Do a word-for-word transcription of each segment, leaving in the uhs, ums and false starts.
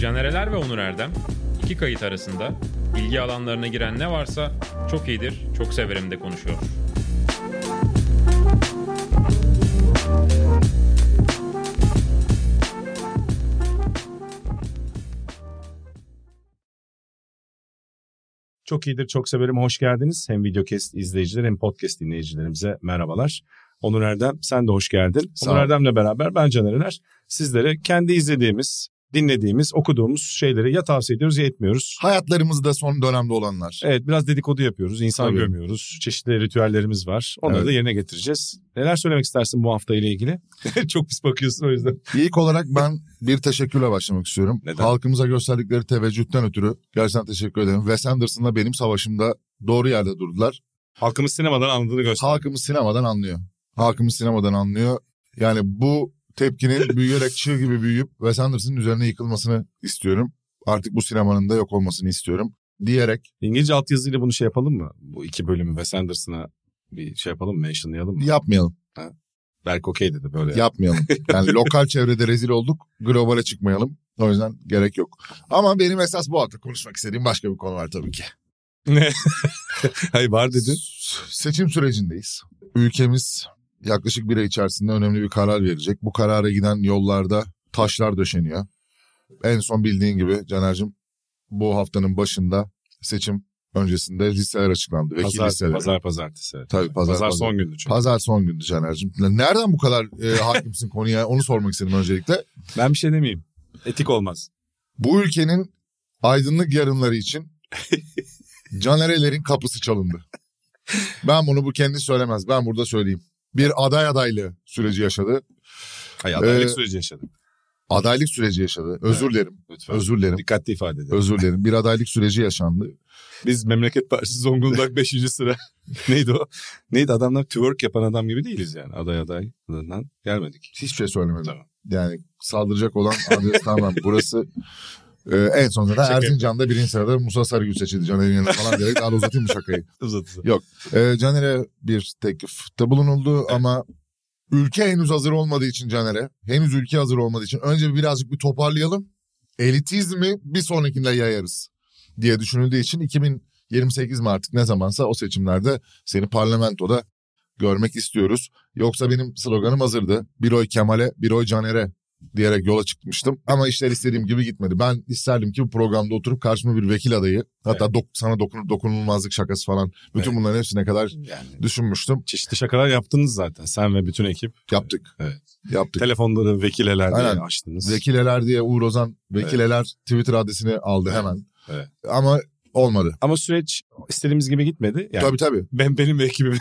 Caner Eler ve Onur Erdem iki kayıt arasında ilgi alanlarına giren ne varsa çok iyidir, çok severim de konuşuyor. Çok iyidir, çok severim. Hoş geldiniz. Hem Videocast izleyiciler hem podcast dinleyicilerimize merhabalar. Onur Erdem, sen de hoş geldin. Sağ Onur Erdem'le beraber ben Caner Eler. Sizlere kendi izlediğimiz, dinlediğimiz, okuduğumuz şeyleri ya tavsiye ediyoruz ya etmiyoruz. Hayatlarımızda son dönemde olanlar. Evet, biraz dedikodu yapıyoruz, insan Tabii. gömüyoruz. Çeşitli ritüellerimiz var. Onları evet. da yerine getireceğiz. Neler söylemek istersin bu hafta ile ilgili? Çok pis bakıyorsun o yüzden. İlk olarak ben bir teşekkürle başlamak istiyorum. Neden? Halkımıza gösterdikleri teveccühten ötürü gerçekten teşekkür ederim. Wes Anderson'la benim savaşımda doğru yerde durdular. Halkımız sinemadan anladığını gösteriyor. Halkımız sinemadan anlıyor. Halkımız sinemadan anlıyor. Yani bu tepkinin büyüyerek çığ gibi büyüyüp Wes Anderson'ın üzerine yıkılmasını istiyorum. Artık bu sinemanın da yok olmasını istiyorum diyerek. İngilizce altyazıyla bunu şey yapalım mı? Bu iki bölümü Wes Anderson'a bir şey yapalım mı? Mentionlayalım mı? Yapmayalım. Ha? Berk okey dedi böyle. Yapmayalım. Yani lokal çevrede rezil olduk. Globale çıkmayalım. O yüzden gerek yok. Ama benim esas bu hafta konuşmak istediğim başka bir konu var tabii ki. Ne? Hayır var dedin. Seçim sürecindeyiz. Ülkemiz yaklaşık bir ay içerisinde önemli bir karar verecek. Bu karara giden yollarda taşlar döşeniyor. En son bildiğin gibi Caner'cim bu haftanın başında seçim öncesinde listeler açıklandı. Vekil pazar, listeleri. Pazar pazartesi. Evet. Tabii pazar, pazar, pazar son gündü çünkü. Pazar son gündü Caner'cim. Nereden bu kadar e, hakimsin konuya onu sormak istedim öncelikle. Ben bir şey demeyeyim. Etik olmaz. Bu ülkenin aydınlık yarınları için Caner Eler'in kapısı çalındı. Ben bunu bu kendi söylemez. Ben burada söyleyeyim. Bir aday adaylığı süreci yaşadı. Hayır adaylık ee, süreci yaşadı. Adaylık süreci yaşadı. Özür evet, dilerim. Lütfen. Özür dilerim. Dikkatli ifade edin. Özür dilerim. Bir adaylık süreci yaşandı. Biz Memleket Partisi Zonguldak beşinci sıra. Neydi o? Neydi adamlar twerk yapan adam gibi değiliz yani. Aday adaylığından gelmedik. Hiçbir şey söylemedim. Tamam. Yani saldıracak olan adres tamam. Burası e, en son zaten Erzincan'da birinci sırada Musa Sarıgül seçildi. Caner'in yanına falan diyerek daha da uzatayım mı şakayı? Uzat uzat. Yok. E, Caner'e bir teklifte bulunuldu evet. Ama ülke henüz hazır olmadığı için Caner'e, henüz ülke hazır olmadığı için önce birazcık bir toparlayalım. Elitizmi bir sonrakinde yayarız diye düşünüldüğü için iki bin yirmi sekiz mi artık ne zamansa o seçimlerde seni parlamentoda görmek istiyoruz. Yoksa benim sloganım hazırdı. Bir oy Kemal'e, bir oy Caner'e diyerek yola çıkmıştım. Ama işler istediğim gibi gitmedi. Ben isterdim ki bu programda oturup karşıma bir vekil adayı, hatta evet. dok- sana dokunup dokunulmazlık şakası falan, bütün evet. bunların hepsine kadar yani, düşünmüştüm. Çeşitli şakalar yaptınız zaten sen ve bütün ekip. Yaptık. Evet. Yaptık. Telefonları vekileler diye Aynen. açtınız. Vekileler diye Uğur Ozan vekileler evet. Twitter adresini aldı evet. hemen. Evet. Ama olmadı. Ama süreç istediğimiz gibi gitmedi. Yani tabii tabii. Ben benim ve ekibim.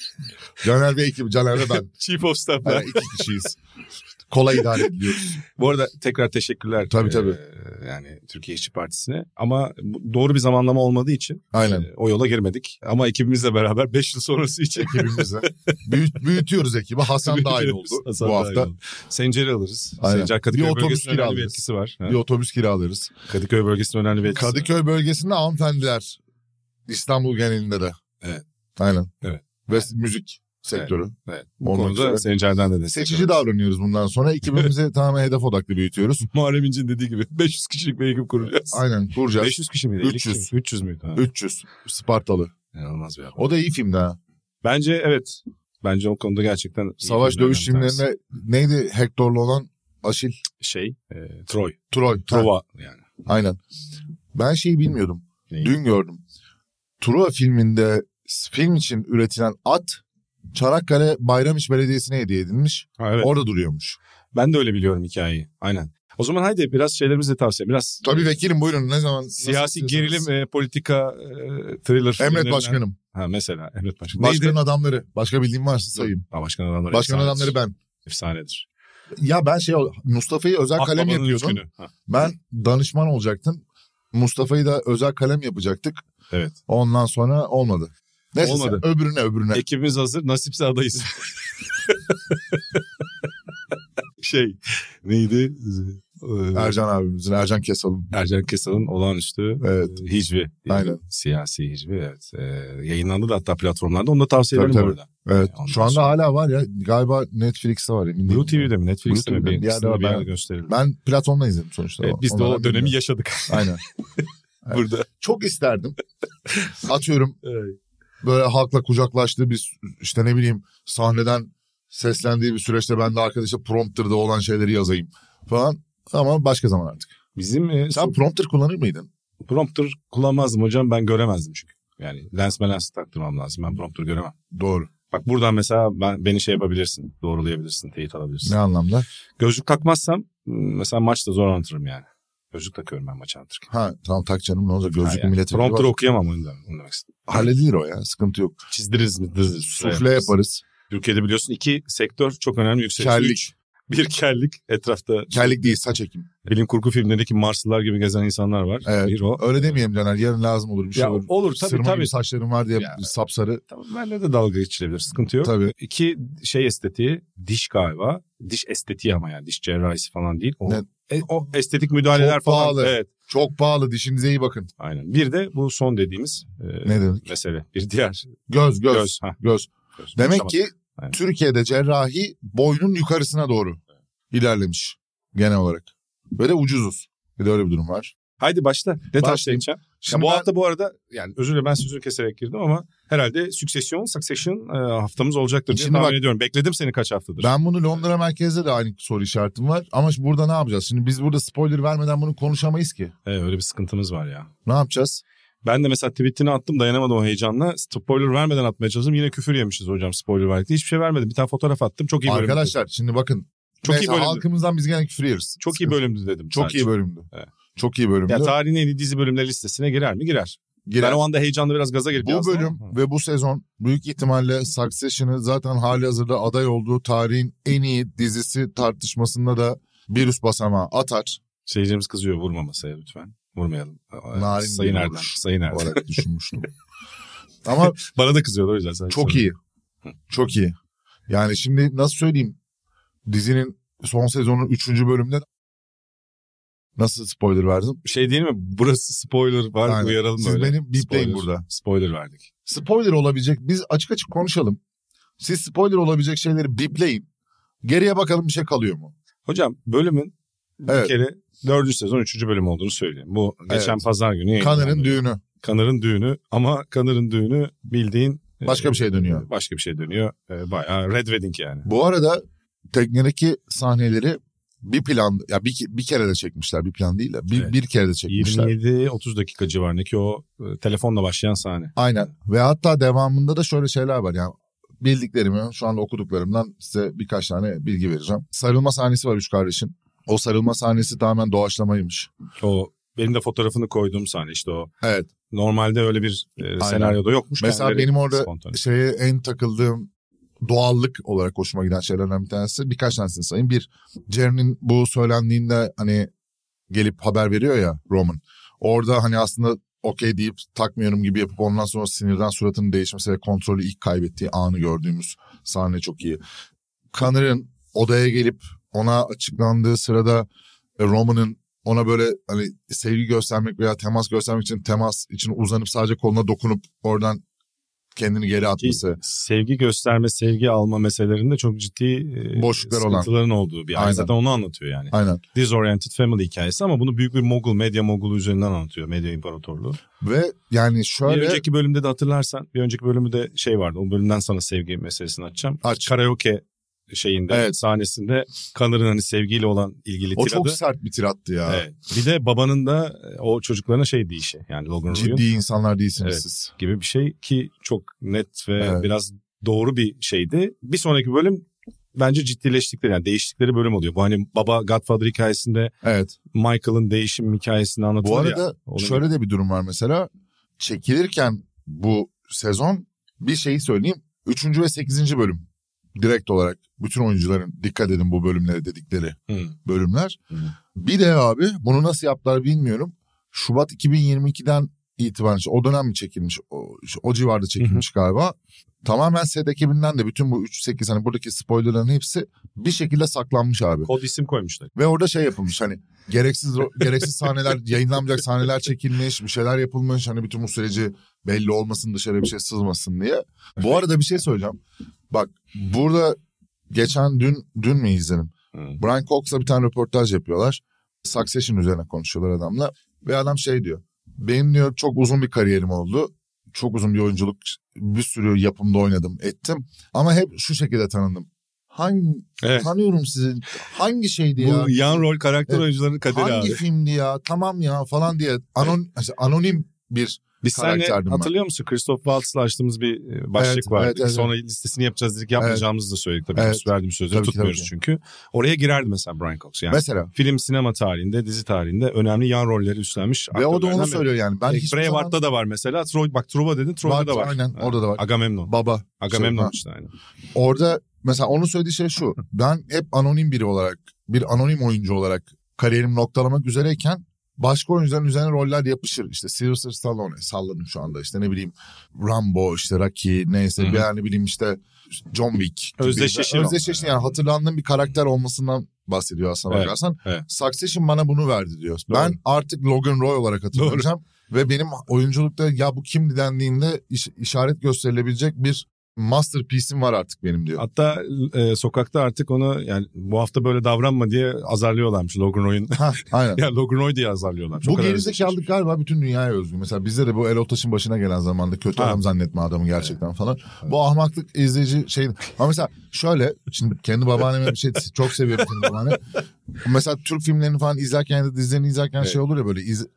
Caner ve ekibi, Caner ve ben. Chief of Staff'lar. Yani iki kişiyiz. Kolay idare ediliyoruz. Bu arada tekrar teşekkürler. Tabii tabii. Ee, yani Türkiye İşçi Partisi'ne. Ama doğru bir zamanlama olmadığı için aynen. E, o yola girmedik. Ama ekibimizle beraber beş yıl sonrası için. Ekibimizle. Büyüt, büyütüyoruz ekibi. Hasan dahil oldu Hasan bu hafta. Oldu. Sencer'i alırız. Aynen. Sencer Kadıköy bölgesinin önemli bir etkisi var. Bir otobüs kiralarız. Kadıköy bölgesinin önemli bir etkisi Kadıköy var. Bölgesinde hanımefendiler. İstanbul genelinde de. Evet. Aynen. Evet. Ve evet. müzik sektörü. Evet. evet. Bu konuda Sencer'den de destek seçici davranıyoruz bundan sonra. Ekibimizi tamamen hedef odaklı büyütüyoruz. Muharrem İnce'nin dediği gibi beş yüz kişilik bir ekip kuracağız. Aynen kuracağız. beş yüz kişi miydi? üç yüz. üç yüz müydü? Ha. üç yüz. Spartalı. İnanılmaz bir o da iyi filmdi ha. Bence evet. Bence o konuda gerçekten savaş dövüş filmlerinde neydi Hector'lu olan Aşil? Şey, e, Troy. Troy. Truva yani. Aynen. Ben şeyi bilmiyordum. Neyi? Dün gördüm. Truva filminde film için üretilen at Çanakkale Bayramiç Belediyesi'ne hediye edilmiş. Ha, evet. Orada duruyormuş. Ben de öyle biliyorum hikayeyi. Aynen. O zaman haydi biraz şeylerimizi tavsiye. Biraz. Tabii vekilim buyurun ne zaman. Siyasi gerilim, e, politika, e, thriller. Emret Başkanım. Ha mesela Emret Başkanım. Başkanın Neydi? Adamları. Başka bildiğim varsa sayayım. Ha, başkan adamları. Başkan efsanedir. adamları ben. Efsanedir. Ya ben şey Mustafa'yı özel Akbabanın kalem yapıyordum. Ben danışman olacaktım. Mustafa'yı da özel kalem yapacaktık. Evet. Ondan sonra olmadı. Neyse olmadı. Sen, öbürüne öbürüne. Ekibimiz hazır. Nasipse adayız. şey neydi? Ee, Ercan abimizin, Ercan Kesal'ın. Ercan Kesal'ın olağanüstü Evet. e, hicvi. Aynen. Siyasi hicvi, evet. Ee, yayınlandı da hatta platformlarda. Onu da tavsiye ederim Tabii, orada. Evet. Yani Şu anda sonra... hala var ya. Galiba Netflix'te var. Emin Blue T V'de mi? Netflix'te mi? Bir, bir yerde var. bir yerde Ben, gösterildi. ben platformda izledim sonuçta. Evet, biz de o dönemi yaşadık. Aynen. Evet. Burada. Çok isterdim. Atıyorum Evet. böyle halkla kucaklaştığı bir işte ne bileyim sahneden seslendiği bir süreçte ben de arkadaşa prompter'da olan şeyleri yazayım falan. Ama başka zaman artık. Bizim e, Sen so- prompter kullanır mıydın? prompter kullanmazdım hocam, ben göremezdim çünkü. Yani lens lens taktırmam lazım, ben prompter göremem. Doğru. Bak buradan mesela ben, beni şey yapabilirsin, doğrulayabilirsin, teyit alabilirsin. Ne anlamda? Gözlük takmazsam mesela maçta zor anlatırım yani. Gözlük takıyorum ben maç anlatırken. Ha tamam tak canım, ne olacak, gözlüklü yani, milletvekili prompter var. okuyamam onu, da, onu demek istedim. Halledilir o ya, sıkıntı yok. Çizdiririz mi? Dızırız. Sufle yaparız. Türkiye'de biliyorsun iki sektör çok önemli yükseliyor. Kellik. Üç, bir kellik, etrafta Kellik değil, saç ekim. bilim kurgu filmlerindeki Marslılar gibi gezen insanlar var. Evet. Bir o. Öyle demeyelim Caner, yarın lazım olur bir şey Ya olur. olur tabii Sırma tabii. gibi saçlarım var diye Ya. sapsarı. Tamam, benimle de dalga geçilebilir, sıkıntı yok. Tabii. İki şey estetiği, diş galiba. Diş estetiği ama yani diş cerrahisi falan değil. O, Ne? e, o estetik müdahaleler Çok falan. pahalı. Evet. Çok pahalı, dişinize iyi bakın. Aynen. Bir de bu son dediğimiz e, Ne dedik? mesele. Bir diğer Göz, göz, göz. Ha, göz. göz. Demek Konuşamadım. ki Aynen. Türkiye'de cerrahi boynun yukarısına doğru ilerlemiş genel olarak. Böyle ucuzuz. Bir de öyle bir durum var. Haydi başla. Ne Başlayayım. taşlayacağım? Ya Şimdi bu ben- hafta bu arada yani özür dilerim, ben sözünü keserek girdim ama herhalde Succession, Succession e, haftamız olacaktır diye Şimdi tahmin bak- ediyorum. Bekledim seni kaç haftadır. Ben bunu Londra merkezde de aynı soru işaretim var. Ama şimdi burada ne yapacağız? Şimdi biz burada spoiler vermeden bunu konuşamayız ki. Evet, öyle bir sıkıntımız var ya. Ne yapacağız? Ben de mesela tweetini attım, dayanamadım o heyecanla. Spoiler vermeden atmaya çalıştım. Yine küfür yemişiz hocam spoiler verdikçe. Hiçbir şey vermedim. Bir tane fotoğraf attım. Çok iyi bölümdü. Arkadaşlar şimdi bakın. Çok iyi Neyse, bölümdü. halkımızdan biz gene küfür yeriz. Çok iyi bölümdü dedim. Çok sadece. iyi bölümdü. Evet. Çok iyi bölümdü. Ya tarihin en iyi dizi bölümleri listesine girer mi? Girer. Girer. Ben o anda heyecanla biraz gaza gelip Bu yazdım bölüm ama- ve bu sezon büyük ihtimalle Succession'ı zaten hali hazırda aday olduğu tarihin en iyi dizisi tartışmasında da bir üst basamağa atar. Seyircimiz kızıyor, vurma masaya lütfen. Vurmayalım. Narin Sayın bir Erdem. vuruş Sayın Erdem. olarak düşünmüştüm. Ama Bana da kızıyorlar o yüzden. Sen çok söyle. iyi. Çok iyi. Yani şimdi nasıl söyleyeyim? Dizinin son sezonun üçüncü bölümünde nasıl spoiler verdim? Şey değil mi? Burası spoiler var. Aynen. Uyaralım Siz böyle. beni bipleyin Spoiler. burada. Spoiler verdik. Spoiler olabilecek, biz açık açık konuşalım. Siz spoiler olabilecek şeyleri bipleyin. Geriye bakalım bir şey kalıyor mu? Hocam bölümün Evet. bir kere dördüncü sezon üçüncü bölüm olduğunu söyleyeyim. Bu geçen Evet. pazar günü yayınlandı. Kanır'ın düğünü. Kanır'ın düğünü ama Kanır'ın düğünü bildiğin Başka e, bir şey dönüyor. Başka bir şey dönüyor. E, bayağı Red Wedding yani. Bu arada teknedeki sahneleri bir plan, ya bir, bir kere de çekmişler, bir plan değil de bir, Evet. bir kere de çekmişler. yirmi yedi otuz dakika civarındaki o e, telefonla başlayan sahne. Aynen. Ve hatta devamında da şöyle şeyler var yani. Bildiklerimi, şu anda okuduklarımdan size birkaç tane bilgi vereceğim. Sarılma sahnesi var üç kardeşin. O sarılma sahnesi tamamen doğaçlamaymış. O benim de fotoğrafını koyduğum sahne işte o. Evet. Normalde öyle bir e, senaryoda yokmuş. Mesela Kendileri benim orada spontane. şeye en takıldığım doğallık olarak hoşuma giden şeylerden bir tanesi. Birkaç tanesini sayayım. Bir, Jerry'nin bu söylendiğinde hani gelip haber veriyor ya Roman. Orada hani aslında okey deyip takmıyorum gibi yapıp ondan sonra sinirden suratının değişmesi ve kontrolü ilk kaybettiği anı gördüğümüz sahne çok iyi. Connor'ın odaya gelip ona açıklandığı sırada e, Roman'ın ona böyle hani sevgi göstermek veya temas göstermek için temas için uzanıp sadece koluna dokunup oradan kendini geri Ki atması. sevgi gösterme, sevgi alma meselelerinde çok ciddi e, Boşluklar olan. sıkıntıların olduğu bir. Aynen. Zaten onu anlatıyor yani. Aynen. Disoriented Family hikayesi ama bunu büyük bir mogul, medya mogulu üzerinden anlatıyor. Medya imparatorluğu. Ve yani Bir şöyle önceki bölümde de hatırlarsan, bir önceki bölümde şey vardı. O bölümden sana sevgi meselesini açacağım. Aç. Karaoke şeyinde, Evet. sahnesinde Connor'ın hani sevgiyle olan ilgili o tiradı. çok sert bir tirattı ya. Evet. Bir de babanın da o çocuklarına şey deyişi. Yani Logan Roy'un Ciddi insanlar değilsiniz Evet. siz. gibi bir şey ki çok net ve Evet. biraz doğru bir şeydi. Bir sonraki bölüm bence ciddileştikleri, yani değiştikleri bölüm oluyor. Bu hani baba Godfather hikayesinde Evet. Michael'ın değişim hikayesini anlatılır Bu ya. arada Onun şöyle de bir durum var mesela. Çekilirken bu sezon bir şeyi söyleyeyim. Üçüncü ve sekizinci bölüm. Direkt olarak bütün oyuncuların dikkat edin bu bölümlere dedikleri Hı. bölümler. Hı. Bir de abi bunu nasıl yaptılar bilmiyorum. Şubat iki bin yirmi ikiden itibaren işte o dönem mi çekilmiş? O, işte o civarda çekilmiş Hı-hı. galiba. Tamamen set ekibinden de bütün bu üç sekiz hani buradaki spoilerların hepsi bir şekilde saklanmış abi. Kod isim koymuşlar. Ve orada şey yapılmış hani gereksiz gereksiz sahneler, yayınlanmayacak sahneler çekilmiş, bir şeyler yapılmış. Hani bütün bu süreci belli olmasın, dışarı bir şey sızmasın diye. Bu arada bir şey söyleyeceğim. Bak burada geçen dün dün mü izledim? Hmm. Brian Cox'la bir tane röportaj yapıyorlar. Succession üzerine konuşuyorlar adamla. Ve adam şey diyor. Benim diyor çok uzun bir kariyerim oldu. Çok uzun bir oyunculuk, bir sürü yapımda oynadım, ettim. Ama hep şu şekilde tanındım. Hangi evet. Tanıyorum sizi. Hangi şeydi ya? Bu yan rol karakter evet. oyuncularının kaderi Hangi abi. Hangi filmdi ya? Tamam ya falan diye. Anon, evet. Anonim bir Biz seninle hatırlıyor musun? Christoph Waltz'la açtığımız bir başlık evet, vardı. Evet, evet, Sonra evet. listesini yapacağız dedik. Yapmayacağımızı evet. da söyledik tabii. Evet. Verdiğimiz sözleri tabii tutmuyoruz tabii. çünkü. Oraya girerdi mesela Brian Cox. Yani mesela. Film, sinema tarihinde, dizi tarihinde önemli yan rolleri üstlenmiş. Ve o da onu söylüyor yani. Ben hiçbir Braveheart'ta zaman... da var mesela. Troy, bak Truva dedin. Troy'da da var. Aynen ha. orada da var. Agamemnon. Baba. Agamemnon işte aynen. Orada mesela onun söylediği şey şu. Ben hep anonim biri olarak, bir anonim oyuncu olarak kariyerimi noktalamak üzereyken başka oyuncuların üzerine roller yapışır. İşte Sylvester Stallone salladım şu anda işte ne bileyim Rambo işte Rocky neyse Hı-hı. yani ne bileyim işte John Wick. Özdeşleşir. Özdeşleşir yani hatırlandığım bir karakter olmasından bahsediyor aslında evet, bakarsan. Evet. Succession bana bunu verdi diyor. Doğru. Ben artık Logan Roy olarak hatırlayacağım. Ve benim oyunculukta ya bu kimdi dendiğinde iş, işaret gösterilebilecek bir masterpiece'im var artık benim diyor. Hatta e, sokakta artık onu yani bu hafta böyle davranma diye azarlıyorlarmış Logan Roy'un. Ha, aynen. ya Logan Roy diye azarlıyorlar. Bu gerizekalılık galiba bütün dünyaya özgü. Mesela bizde de bu El Otaş'ın başına gelen zamanda kötü ha. adam zannetme adamı gerçekten evet. falan. Evet. Bu ahmaklık izleyici şey. Ama mesela şöyle şimdi kendi babaanneme bir şey çok seviyorum kendi babaannem. Mesela Türk filmlerini falan izlerken ya da dizilerini izlerken evet. şey olur ya böyle iz...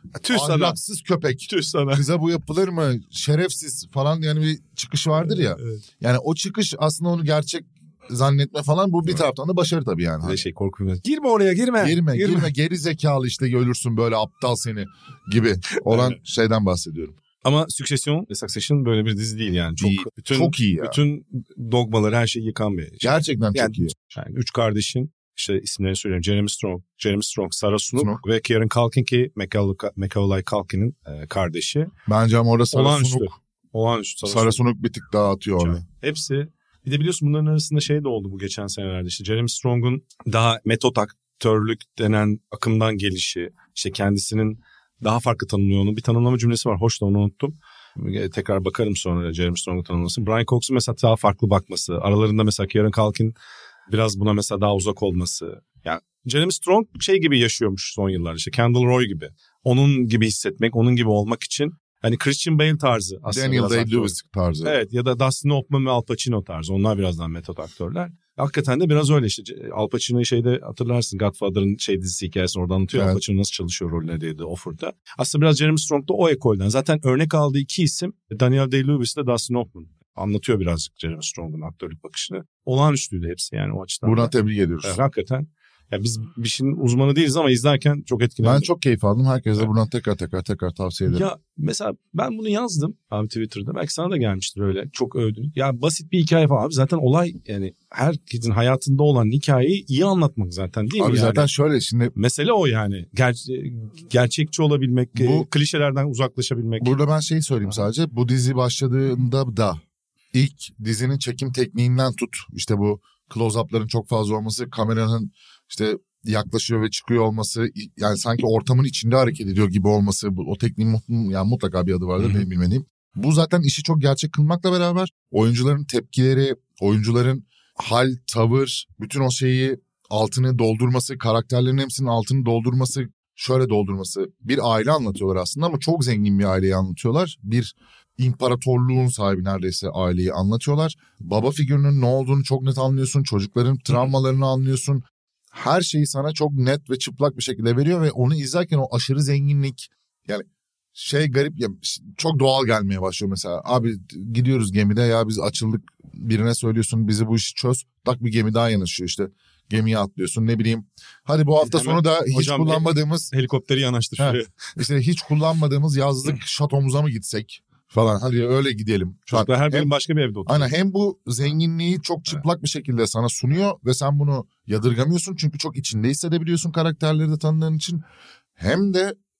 ahlaksız köpek. Tüh sana. Kıza bu yapılır mı? Şerefsiz falan yani bir çıkış vardır ya. Evet. Yani o çıkış aslında onu gerçek zannetme falan bu bir evet. taraftan da başarı tabii yani. Bir de şey korku filmi. Girme oraya girme. Girme girme, girme. Geri zekalı işte ölürsün böyle aptal seni gibi olan evet. şeyden bahsediyorum. Ama Succession, Succession böyle bir dizi değil yani. Çok, iyi. Bütün, çok iyi ya. Bütün dogmaları her şeyi yıkan bir şey. Gerçekten yani, çok iyi. Yani üç kardeşin işte isimlerini söyleyeyim. Jeremy Strong, Jeremy Strong, Sarah Snook, Snook. ve Kieran Culkin ki Macaulay Culkin'in e, kardeşi. Bence ama orada Sarah Olağanüstü. Snook. Olağanüstü. Sarah, Sarah Snook bir tık daha atıyor orada. Hepsi. Bir de biliyorsun bunların arasında şey de oldu bu geçen senelerde. İşte Jeremy Strong'un daha metot aktörlük denen akımdan gelişi. İşte kendisinin daha farklı tanımlıyor onu. Bir tanımlama cümlesi var. Hoş da onu unuttum. Tekrar bakarım sonra Jeremy Strong'un tanımlaması. Brian Cox'un mesela daha farklı bakması. Aralarında mesela Kieran Culkin biraz buna mesela daha uzak olması. Yani Jeremy Strong şey gibi yaşıyormuş son yıllar işte Kendall Roy gibi. Onun gibi hissetmek, onun gibi olmak için hani Christian Bale tarzı aslında. Daniel Day-Lewis tarzı. Evet ya da Dustin Hoffman ve Al Pacino tarzı. Onlar birazdan metot aktörler. Hakikaten de biraz öyle işte. Al Pacino'yu şeyde hatırlarsın Godfather'ın şey dizisi hikayesini orada anlatıyor. Evet. Al Pacino nasıl çalışıyor rolüne diye de Offer'da. Aslında biraz Jeremy Strong da o ekolden. Zaten örnek aldığı iki isim Daniel Day-Lewis ile Dustin Hoffman. Anlatıyor birazcık Jeremy Strong'un aktörlük bakışını. Olağanüstüydü hepsi yani o açıdan. Buradan tebrik ediyoruz. Evet, hakikaten. Ya biz bir şeyin uzmanı değiliz ama izlerken çok etkilendim. Ben çok keyif aldım. Herkese evet. buradan tekrar tekrar tekrar tavsiye ederim. Ya mesela ben bunu yazdım abi Twitter'da. Belki sana da gelmiştir öyle. Çok övdün. Ya basit bir hikaye falan. Abi zaten olay yani herkesin hayatında olan hikayeyi iyi anlatmak zaten değil mi? Abi yani? zaten şöyle şimdi. Mesele o yani. Ger- gerçekçi olabilmek, bu, klişelerden uzaklaşabilmek. Burada ben şeyi söyleyeyim sadece. Bu dizi başladığında da ilk dizinin çekim tekniğinden tut. İşte bu close-up'ların çok fazla olması, kameranın işte yaklaşıyor ve çıkıyor olması, yani sanki ortamın içinde hareket ediyor gibi olması, o tekniğin yani mutlaka bir adı vardır benim bilmediğim. Bu zaten işi çok gerçek kılmakla beraber oyuncuların tepkileri, oyuncuların hal, tavır, bütün o şeyi altını doldurması, karakterlerin hepsinin altını doldurması, şöyle doldurması. Bir aile anlatıyorlar aslında ama çok zengin bir aileyi anlatıyorlar. Bir imparatorluğun sahibi neredeyse aileyi anlatıyorlar. Baba figürünün ne olduğunu çok net anlıyorsun. Çocukların travmalarını anlıyorsun. Her şeyi sana çok net ve çıplak bir şekilde veriyor ve onu izlerken o aşırı zenginlik yani şey garip ya çok doğal gelmeye başlıyor mesela. Abi gidiyoruz gemide ya biz açıldık birine söylüyorsun bizi bu işi çöz. Tak bir gemi daha yanaşıyor işte. Gemiye atlıyorsun ne bileyim. Hadi bu hafta Hemen, sonu da hiç hocam, kullanmadığımız. Helikopteri yanaştır şuraya. İşte hiç kullanmadığımız yazlık şatomuza mı gitsek? Falan hadi öyle gidelim. Çocuklar her birinin başka bir evde oturuyor. Aynen hem bu zenginliği çok çıplak evet. bir şekilde sana sunuyor ve sen bunu yadırgamıyorsun çünkü çok içinde hissedebiliyorsun karakterleri de tanıdığın için. Hem de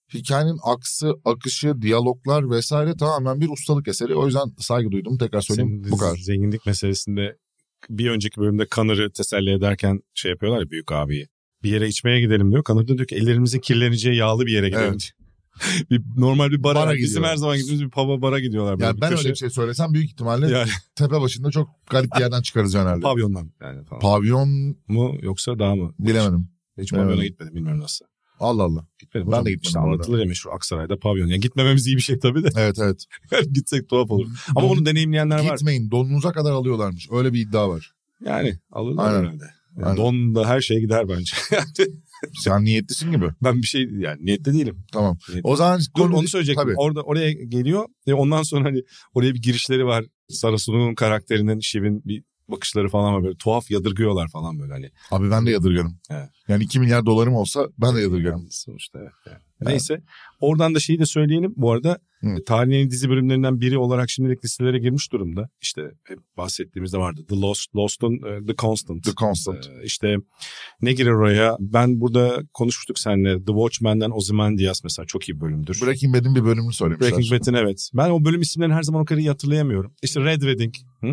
hikayenin aksı, akışı, diyaloglar vesaire tamamen bir ustalık eseri. O yüzden saygı duydum. Tekrar söyleyeyim. Senin Bu kadar. Zenginlik meselesinde bir önceki bölümde Connor'ı teselli ederken şey yapıyorlar ya büyük abiyi. Bir yere içmeye gidelim diyor. Connor da diyor ki ellerimizin kirleneceği yağlı bir yere gidelim Evet. diyor. bir, normal bir bara, Bara bizim gidiyorlar. her zaman gittiğimiz bir pub'a bara gidiyorlar. Yani bir ben köşe. öyle bir şey söylesem büyük ihtimalle Yani tepe başında çok garip bir yerden çıkarız herhalde. pavyondan yani falan. Pavyon mu yoksa daha mı? bilemedim. Hiç Bilemedim. pavyona gitmedim bilmiyorum nasıl. Allah Allah. Gitmedim. Ben Hocam, de gitmedim İşte bu arada. anlatılır ya meşhur Aksaray'da pavyon. Yani gitmememiz iyi bir şey tabii de. Evet evet. Gitsek tuhaf olur. Ama bunu deneyimleyenler var. Gitmeyin. Donunuza kadar alıyorlarmış. Öyle bir iddia var. Yani alırlar Aynen. herhalde. Yani Aynen. don da her şeye gider bence. Sen niyetlisin gibi. Ben bir şey yani niyetli değilim. Tamam. Niyetli. O zaman Dur konu- onu söyleyecektim. Tabii. Orada oraya geliyor ve ondan sonra hani oraya bir girişleri var. Sarasunu'nun karakterinin Şiv'in bir bakışları falan var böyle tuhaf yadırgıyorlar falan böyle hani. Abi ben de yadırgarım. Evet. Yani iki milyar dolarım olsa ben de yadırgarım. Yani sonuçta evet. Yani. Neyse. Oradan da şeyi de söyleyelim. Bu arada Hı. tarihin en iyi dizi bölümlerinden biri olarak şimdilik listelere girmiş durumda. İşte hep bahsettiğimizde vardı. The Lost, Lost'un uh, The Constant. The Constant. Ee, işte ne girer oraya? Ben burada konuşmuştuk seninle. The Watchmen'den Ozymandias mesela çok iyi bir bölümdür. Breaking Bad'in bir bölümünü söylemişler. Breaking Bad'in evet. Ben o bölüm isimlerini her zaman o kadar iyi hatırlayamıyorum. İşte Red Wedding. Hı?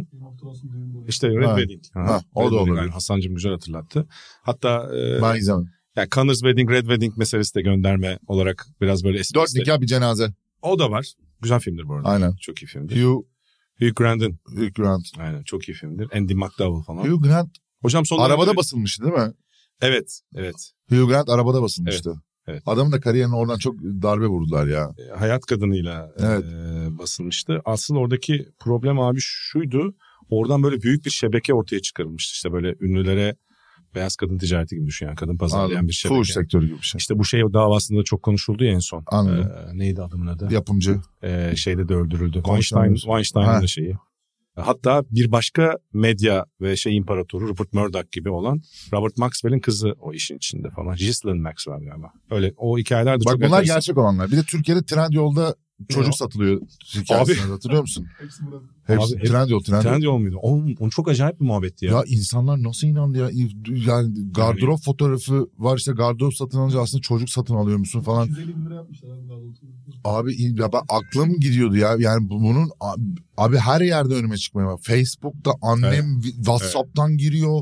İşte Red Ha. Wedding. Ha, o Red da Wedding, olabilir. yani Hasan'cığım güzel hatırlattı. Hatta e, Ben izlemedim. yani Connor's Wedding, Red Wedding meselesi de gönderme olarak biraz böyle eski. Dört nikah bir cenaze. O da var. Güzel filmdir bu arada. Aynen. Çok iyi filmdir. Hugh, Hugh Grant'ın. Hugh Grant. Aynen çok iyi filmdir. Andy McDowell falan. Hugh Grant Hocam son arabada dönemde- basılmıştı değil mi? Evet, evet. Hugh Grant arabada basılmıştı. Evet, evet. Adamın da kariyerine oradan çok darbe vurdular ya. E, Hayat kadınıyla Evet. e, basılmıştı. Aslında oradaki problem abi şuydu. Oradan böyle büyük bir şebeke ortaya çıkarılmıştı. İşte böyle ünlülere beyaz kadın ticareti gibi düşün yani. Kadın pazarlayan Anladım. bir şebeke. Fuhuş sektörü gibi bir şey. İşte bu şey davasında çok konuşuldu ya en son. Anladım. E, neydi adamın adı? Yapımcı. E, şeyde de öldürüldü. Weinstein. Weinstein, Weinstein'ın Ha. da şeyi. Hatta bir başka medya ve şey imparatoru Rupert Murdoch gibi olan Robert Maxwell'in kızı o işin içinde falan. Ghislaine Maxwell galiba. Öyle o hikayeler de Bak çok bunlar enteresan. gerçek olanlar. Bir de Türkiye'de Trendyol'da çocuk Ya. satılıyor hikayesini hatırlıyor musun? Hepsi Abi, hep- Trendyol, Trendyol. Trendyol muydu? Oğlum, onun çok acayip bir muhabbetti ya. Ya insanlar nasıl inandı ya? Yani gardırop fotoğrafı var işte gardırop satın alınca aslında çocuk satın alıyor musun falan. yüz elli bin lira yapmışlar abi daha doğrusu. Abi ya ben aklım gidiyordu ya. Yani bunun abi her yerde önüme çıkmaya var. Facebook'ta annem WhatsApp'tan giriyor.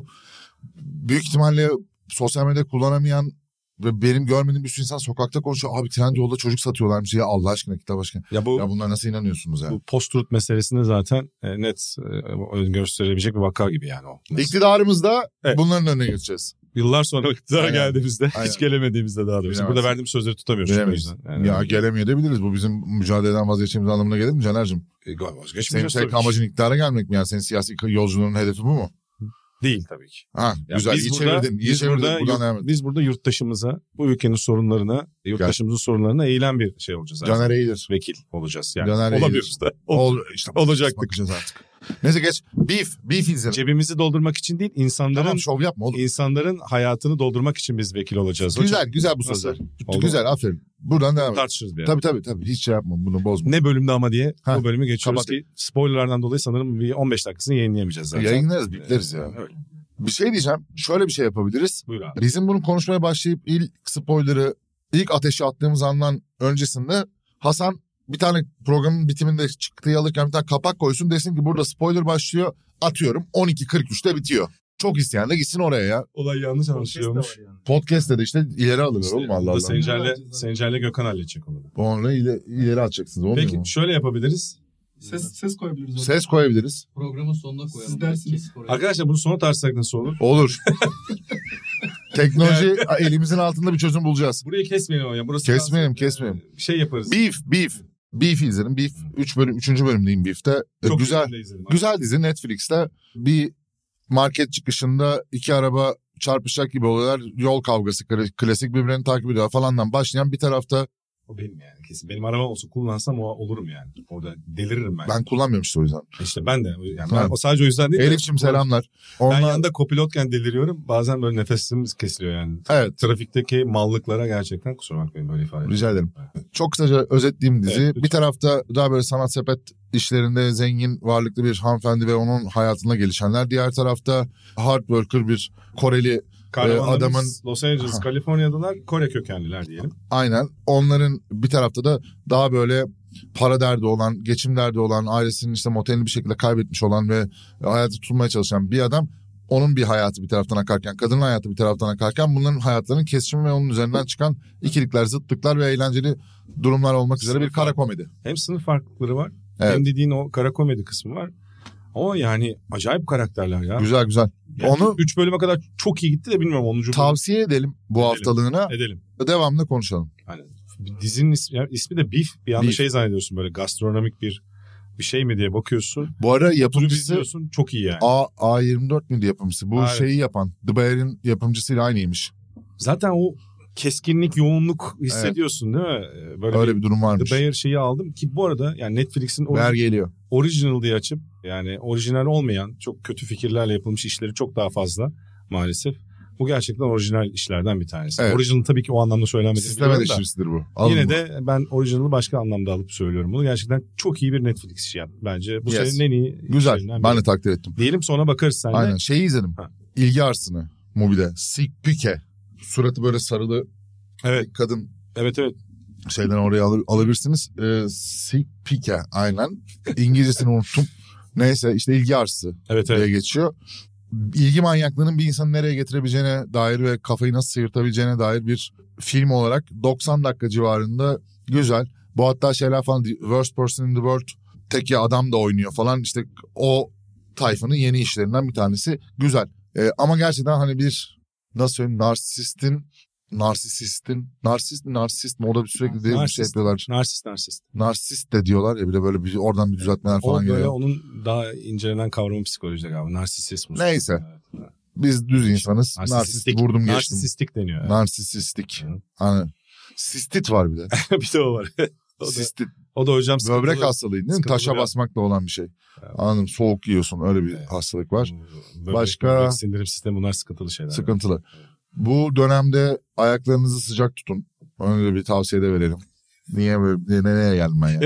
Büyük ihtimalle sosyal medya kullanamayan ve benim görmediğim bir sürü insan sokakta konuşuyor. Abi Trendyol'da çocuk satıyorlarmış ya Allah aşkına kitap aşkına. Ya bu Ya bunlar nasıl inanıyorsunuz ya? bu post-truth meselesinde zaten e, net e, gösterilebilecek bir vaka gibi yani o. Mesela. İktidarımızda Evet. bunların önüne geçeceğiz. Yıllar sonra iktidara Aynen. geldiğimizde Aynen. hiç gelemediğimizde daha doğrusu. Bilemezsin. Burada verdiğimiz sözleri tutamıyoruz. o Bilemeyiz. yüzden. Yani, Ya gelemiyor da biliriz. Bu bizim mücadeleden vazgeçtiğimiz anlamına gelir mi Caner'cim? E, galiba Senin vazgeçmeyeceğiz tek tabii ki. amacın iktidara gelmek mi? Yani senin siyasi yolculuğunun hedefi bu mu? Değil tabii ki. Ha Ya güzel biz iyi burada- çevirdin. İyi biz çevirdin. burada Buradan yurt- devam et. Biz burada yurttaşımıza, bu ülkenin sorunlarına, yurttaşımızın sorunlarına eğilen bir şey olacağız. her Caner zaman. iyidir. Vekil olacağız yani. Caner Olamıyoruz da. Ol- Ol, işte Olacaktık. bakacağız artık. Neyse geç. Beef. Beef izledim. Cebimizi doldurmak için değil, insanların Tamam şov yapma oğlum. insanların hayatını doldurmak için biz vekil olacağız. Güzel Hocam, güzel bu Nasıl? sözler. Oldu Güzel aferin. Buradan devam et. tartışırız bir ara. Tabii tabii tabii. Hiç şey yapma bunu bozma. Ne bölümde ama diye Ha, bu bölümü geçiyoruz kapat. ki spoilerlardan dolayı sanırım bir on beş dakikasını yayınlayamayacağız zaten. Yayınlarız bipleriz ya. Öyle. Bir şey diyeceğim. Şöyle bir şey yapabiliriz. Buyur abi. Bizim bunu konuşmaya başlayıp ilk spoiler'ı ilk ateşe attığımız andan öncesinde Hasan bir tane programın bitiminde çıktığı alırken bir tane kapak koysun desin ki burada spoiler başlıyor atıyorum on iki kırk üçte bitiyor. Çok isteyen de gitsin oraya ya. Olay yanlış anlaşılıyormuş. Podcast de var yani. Podcast'te de işte ileri alınır İşte oğlum Allah burada Allah. Sencer'le, Sencer'le Gökhan halledecek onu. Onu ileri, ileri atacaksınız olmuyor Peki mu? şöyle yapabiliriz. Ses, ses koyabiliriz orada. Ses koyabiliriz. Programın sonuna koyalım. Siz dersiniz. Kesip oraya. Arkadaşlar bunu sona tartışsak nasıl olur? Olur. Teknoloji elimizin altında bir çözüm bulacağız. Burayı kesmeyelim ama ya. Burası Kesmeyelim, biraz, kesmeyelim. e, Şey yaparız. Beef, Beef. Beef izledim. Beef üç bölüm üçüncü bölümdeyim Beef'te. E, Çok güzel. güzel izledim. Güzel dizi Netflix'te. Bir market çıkışında iki araba çarpışacak gibi oluyorlar. Yol kavgası klasik birbirini takip ediyor falandan başlayan bir tarafta O benim yani kesin. Benim arabam olsa kullansam o olurum yani. Orada deliririm ben. ben kullanmıyorum işte o yüzden. İşte ben de. Yani Ha. ben, o sadece o yüzden değil. de- Elif'ciğim selamlar. Ben Onlar, yanında kopilotken deliriyorum. Bazen böyle nefesimiz kesiliyor yani. evet Trafikteki mallıklara gerçekten kusura bakmayın böyle ifade rica ederim. Çok kısaca özetleyeyim dizi. Evet, lütfen. bir tarafta daha böyle sanat sepet işlerinde zengin varlıklı bir hanımefendi ve onun hayatında gelişenler. Diğer tarafta hard worker bir Koreli Kahramanlarımız adamın Los Angeles, Kaliforniya'dalar, Kore kökenliler diyelim. Aynen. Onların bir tarafta da daha böyle para derdi olan, geçim derdi olan, ailesinin işte motelini bir şekilde kaybetmiş olan ve hayatı tutunmaya çalışan bir adam. Onun bir hayatı bir taraftan akarken, kadının hayatı bir taraftan akarken bunların hayatlarının kesişimi ve onun üzerinden çıkan ikilikler, zıtlıklar ve eğlenceli durumlar olmak üzere bir kara komedi. Hem sınıf farklılıkları var, Evet. hem dediğin o kara komedi kısmı var. Ama yani acayip karakterler ya. Güzel güzel. Yani Onu üç bölüme kadar çok iyi gitti de bilmiyorum onuncu tavsiye edelim bu Edelim. haftalığına. edelim. Devamlı konuşalım. Hani dizinin ismi, yani ismi de Beef. Bir anda Beef. şey zannediyorsun, böyle gastronomik bir bir şey mi diye bakıyorsun. Bu ara Bunu yapımcısı izliyorsun, çok iyi yani. A, A yirmi dört müydü yapımcısı? Bu Evet. şeyi yapan The Bear'in yapımcısıyla aynıymış. Zaten o keskinlik, yoğunluk hissediyorsun değil mi? Böyle Öyle bir durum varmış. The Bear şeyi aldım ki bu arada yani Netflix'in Bear ori- geliyor. original diye açıp yani orijinal olmayan çok kötü fikirlerle yapılmış işleri çok daha fazla maalesef. Bu gerçekten orijinal işlerden bir tanesi. Evet. Original tabii ki o anlamda söylenmediğini Sistem biliyorum da. eleştirisidir bu. Alın Yine bunu. de ben orijinali başka anlamda alıp söylüyorum bunu. Gerçekten çok iyi bir Netflix işi yaptı bence. Bu Yes. senin en iyi Güzel. işlerinden Ben biri. de takdir ettim. Diyelim sonra bakarız seninle. Aynen. Şeyi izledim. Ha. İlgi Arsını Mubi'de. Sick Pike. Suratı böyle sarılı Evet. bir kadın. Evet evet. Şeyden oraya alır, alabilirsiniz. Ee, Sick Pike. Aynen. İngilizcesini unuttum. Neyse işte ilgi arsı Evet diye evet. geçiyor. İlgi manyaklığının bir insanı nereye getirebileceğine dair ve kafayı nasıl sıyırtabileceğine dair bir film olarak doksan dakika civarında güzel. Bu hatta şeyler falan, The Worst Person in the World, teki adam da oynuyor falan, işte o tayfanın yeni işlerinden bir tanesi. Güzel. Ee, ama gerçekten hani bir nasıl söyleyeyim, narsistin narsisistin narsist mi narsist mi, o da bir sürekli diye bir şey Narsist. yapıyorlar. Narsist narsist. Narsist de diyorlar ya, bir de böyle bir oradan bir düzeltmeler O falan böyle geliyor. onun daha incelenen kavramı psikolojide galiba. Narsisizm. Neyse. Evet, evet. Biz düz insanız. Narsist Narsistik. vurdum geçtim. Narsistik deniyor. Yani. Narsistik. Hı. Hani sistit var bir de. bir de o var. o, da, Sistit. o da hocam Böbrek sıkıntılı- hastalığıydı değil mi? sıkıntılı Taşa biraz. basmakla olan bir şey. Evet. Anladım. Soğuk yiyorsun, öyle bir Evet. hastalık var. Böbrek, Başka- böbrek, sindirim sistemi, bunlar sıkıntılı şeyler. Sıkıntılı. Bu dönemde ayaklarınızı sıcak tutun. Öyle bir tavsiye de verelim. Niye böyle, nereye geldim ben ya?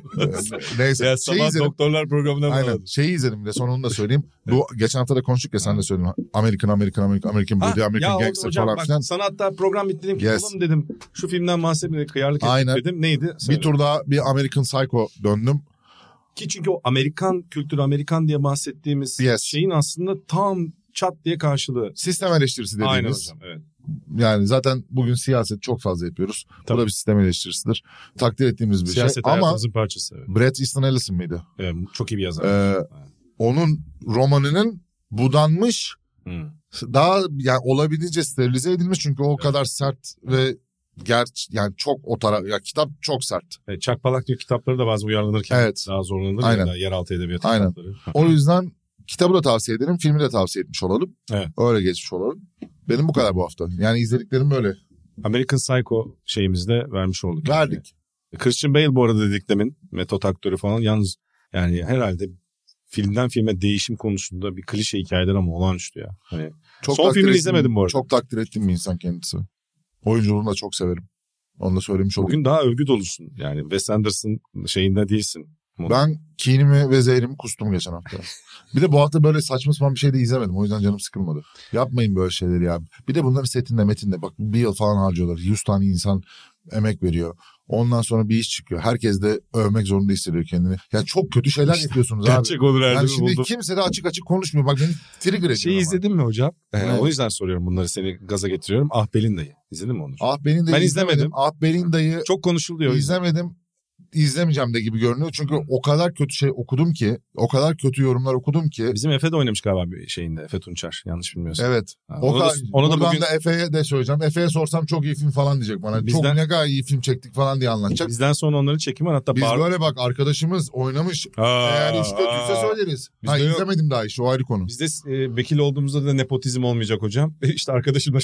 Neyse. ya Şey sabah izledim. doktorlar programına mı Aynen. aradın? Şeyi izledim bir de, sonra onu da söyleyeyim. Bu geçen hafta da konuştuk ya, sen de söyledin. American, American, American, American Ha, Beauty, American ya Gangster hocam falan bak, filan. sana hatta program bitti dedim ki Yes. oğlum dedim şu filmden bahsetmedik, kıyarlık ettik Aynen. dedim. Neydi? Söyle. Bir tur daha bir American Psycho döndüm. Ki çünkü o Amerikan kültürü, Amerikan diye bahsettiğimiz Yes. şeyin aslında tam çat diye karşılığı. Sistem eleştirisi dediğimiz. Aynen hocam, evet. Yani zaten bugün siyaset çok fazla yapıyoruz. Tabii. Bu da bir sistem eleştirisidir. Takdir ettiğimiz bir Siyaset şey. Ama hayatımızın parçası. Evet. Bret Easton Ellis'in miydi? Evet, çok iyi bir yazar. Ee, Evet. Onun romanının budanmış, Hı. daha yani olabildiğince sterilize edilmiş, çünkü o kadar sert ve gerç yani çok o taraf, ya kitap çok sert. Evet, Çakpalak diyor kitapları da bazen uyarlanırken Evet. daha zorlanır. Aynen. Ya da yeraltı edebiyatı Aynen. kitapları. O yüzden kitabı da tavsiye ederim, filmi de tavsiye etmiş olalım. Evet. Öyle geçmiş olalım. Benim bu kadar bu hafta. Yani izlediklerim böyle. American Psycho şeyimizde vermiş olduk. Verdik. Yani. Christian Bale bu arada dedik demin. Metot aktörü falan. Yalnız yani herhalde filmden filme değişim konusunda bir klişe hikayeler ama olağanüstü ya. Hani Çok Son takdir filmini ettiğim- izlemedim bu arada. Çok takdir ettiğim bir insan kendisi. Oyunculuğunu da çok severim. Onu da söylemiş olayım. bugün daha övgü dolusun. Yani Wes Anderson şeyinde değilsin. Ben kinimi ve zehrimi kustum geçen hafta. Bir de bu hafta böyle saçma sapan bir şey de izlemedim. O yüzden canım sıkılmadı. Yapmayın böyle şeyleri ya. Bir de bunların setinde metinde bak bir yıl falan harcıyorlar. yüz tane insan emek veriyor. Ondan sonra bir iş çıkıyor. Herkes de övmek zorunda hissediyor kendini. Ya çok kötü şeyler yapıyorsunuz abi. Gerçek olur Yani Erdem'i şimdi buldum. kimse de açık açık konuşmuyor. Bak beni trigger ediyor. Şeyi ama. izledin mi hocam? Ee, Ne? o yüzden soruyorum bunları, seni gaza getiriyorum. Ah Belinda'yı. İzledin mi onu? Ah Belinda'yı Ben izlemedim. izlemedim. Ah Belinda'yı Çok konuşuluyor. izlemedim. İzlemeyeceğim de gibi görünüyor. Çünkü o kadar kötü şey okudum ki, o kadar kötü yorumlar okudum ki. Bizim Efe de oynamış galiba bir şeyinde. Efe Tunçer. Yanlış bilmiyorsam. Evet. Ha, O onu da, kadar, onu da buradan bugün da Efe'ye de söyleyeceğim. Efe'ye sorsam çok iyi film falan diyecek bana. Bizden- Çok ne kadar iyi film çektik falan diye anlatacak. bizden sonra onların çekimi var. Hatta Biz bağır... böyle bak, arkadaşımız oynamış. Aa, Eğer iş kötüyse aa. söyleriz. Bizde Ha, yok. izlemedim daha işi, o ayrı konu. Bizde e, vekil olduğumuzda da nepotizm olmayacak hocam. işte arkadaşımla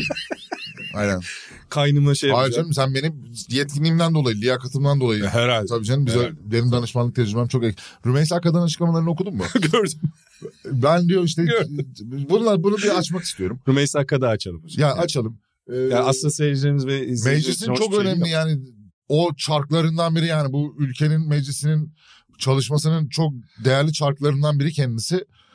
Aynen. kaynımla şey Hayır yapacağım. canım, sen benim yetkinliğimden dolayı, liyakatımdan dolayı. Herhalde. Tabii canım, bize, Herhalde. benim danışmanlık tecrübem çok ek. Rümeysa Kadın açıklamalarını okudun mu? Gördüm. Ben diyor işte bunlar, bunu bir açmak istiyorum. Rümeysa Kad'a açalım hocam. Ya Yani. açalım. Ee, Yani aslında seyircilerimiz ve izleyicilerimiz için Meclisin hoş çok bir şey önemli değil yani, o çarklarından biri, yani bu ülkenin meclisinin çalışmasının çok değerli çarklarından biri kendisi.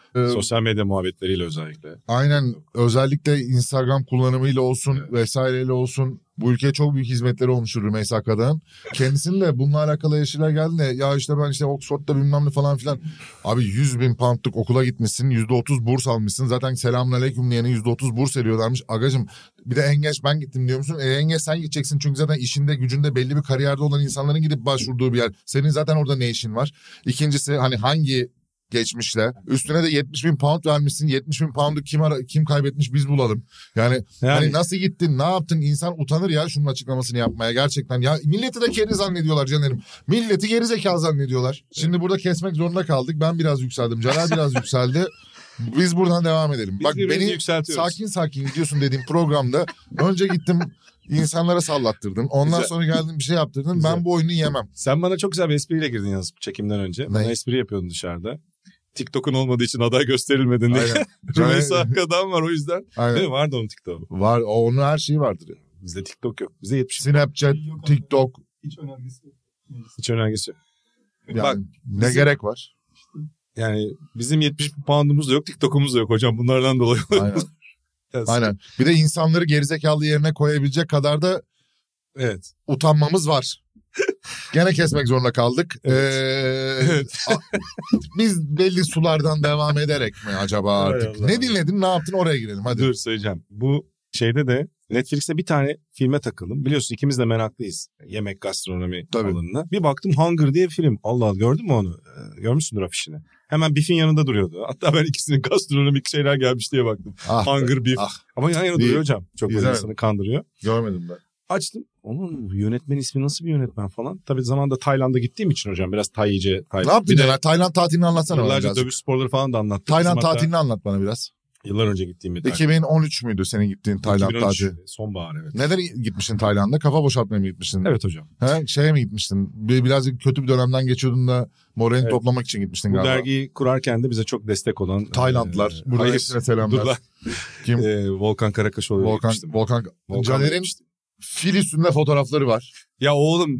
Ee, Sosyal medya muhabbetleriyle özellikle. Aynen, özellikle Instagram kullanımıyla olsun Evet. vesaireyle olsun bu ülkeye çok büyük hizmetleri olmuştur Rümeysa Kada'nın. Kendisinin de bununla alakalı eleştiriler geldiğinde ya işte ben işte Oxford'da bilmem ne falan filan. Abi yüz bin poundluk okula gitmişsin, yüzde otuz burs almışsın. Zaten selamünaleyküm diyene yüzde otuz burs veriyorlarmış. Agacım bir de en geç ben gittim diyor musun? E, en geç sen gideceksin çünkü zaten işinde gücünde belli bir kariyerde olan insanların gidip başvurduğu bir yer. Senin zaten orada ne işin var? İkincisi hani hangi geçmişle üstüne de yetmiş bin pound vermişsin. yetmiş bin poundu kim ara, kim kaybetmiş biz bulalım. Yani, Yani- hani nasıl gittin, ne yaptın? İnsan utanır ya şunun açıklamasını yapmaya gerçekten. Ya milleti de geri zannediyorlar Caner'im. Milleti geri zekalı zannediyorlar. Şimdi burada kesmek zorunda kaldık. Ben biraz yükseldim. Caner biraz yükseldi. Biz buradan devam edelim. Biz Bak birbirimizi beni yükseltiyoruz. sakin sakin gidiyorsun dediğim programda önce gittim insanlara sallattırdın. Ondan Güzel. sonra geldin bir şey yaptırdın. Güzel. Ben bu oyunu yemem. Sen bana çok güzel bir espriyle girdin yalnız çekimden önce. Bana Ne? espri yapıyordun dışarıda. TikTok'un olmadığı için aday gösterilmedin diye. Aynen. Rümeysa Aka'dan var o yüzden. Değil Aynen. mi? Vardı onun TikTok'u. Var. Onun her şeyi vardır. Ya. Bizde TikTok yok. Bizde yetmiş Snapchat, Yok abi. TikTok. Hiç önergesi yok. Neyse. hiç önergesi yok. Yani Bak, ne bizim- gerek var? Yani bizim yetmiş bin poundumuz da yok, TikTok'umuz da yok hocam. Bunlardan dolayı. Aynen. Aynen. Bir de insanları gerizekalı yerine koyabilecek kadar da Evet. utanmamız var. Gene kesmek zorunda kaldık. Evet. Ee, Evet. a- biz belli sulardan devam ederek mi acaba Hay artık? Allah. Ne dinledin, ne yaptın, oraya girelim hadi. Dur söyleyeceğim. Bu şeyde de Netflix'te bir tane filme takıldım. Biliyorsun ikimiz de meraklıyız. Yemek, gastronomi Tabii. alanına. Bir baktım Hunger diye bir film. Allah Allah, gördün mü onu? Ee, görmüşsündür afişini. Hemen Beef'in yanında duruyordu. Hatta ben ikisinin gastronomik şeyler gelmiş diye baktım. Ah, Hunger, Beef. ah. Ama yan yana İyi. duruyor hocam. Çok böyle İzlemedim. insanı kandırıyor. görmedim ben. Açtım. Onun yönetmen ismi nasıl bir yönetmen falan. Tabii zamanında Tayland'a gittiğim için hocam biraz Tayyice. Tay... Ne yaptın Bir de Caner? Tayland tatilini anlatsana bana yıllarca birazcık. dövüş sporları falan da anlattım. Tayland Bizim hatta tatilini anlat bana biraz. Yıllar önce gittiğim bir Tayland. iki bin on üç müydü senin gittiğin Tayland iki bin on üç, tatili? sonbahar evet. Neden gitmiştin Tayland'a? Kafa boşaltmaya mı gitmiştin? Evet hocam. He, şeye mi gitmiştin? Bir, birazcık kötü bir dönemden geçiyordun da moralini Evet. toplamak için gitmiştin Bu galiba. dergiyi kurarken de bize çok destek olan Taylandlar. e, Burada hayır, hepsine selamlar. dur lan. Kim? E, Volkan Karakaşoğlu'ya Volkan, gitmiştim. Volkan, Volkan Caner'in gitmiştim. fil üstünde fotoğrafları var. Ya oğlum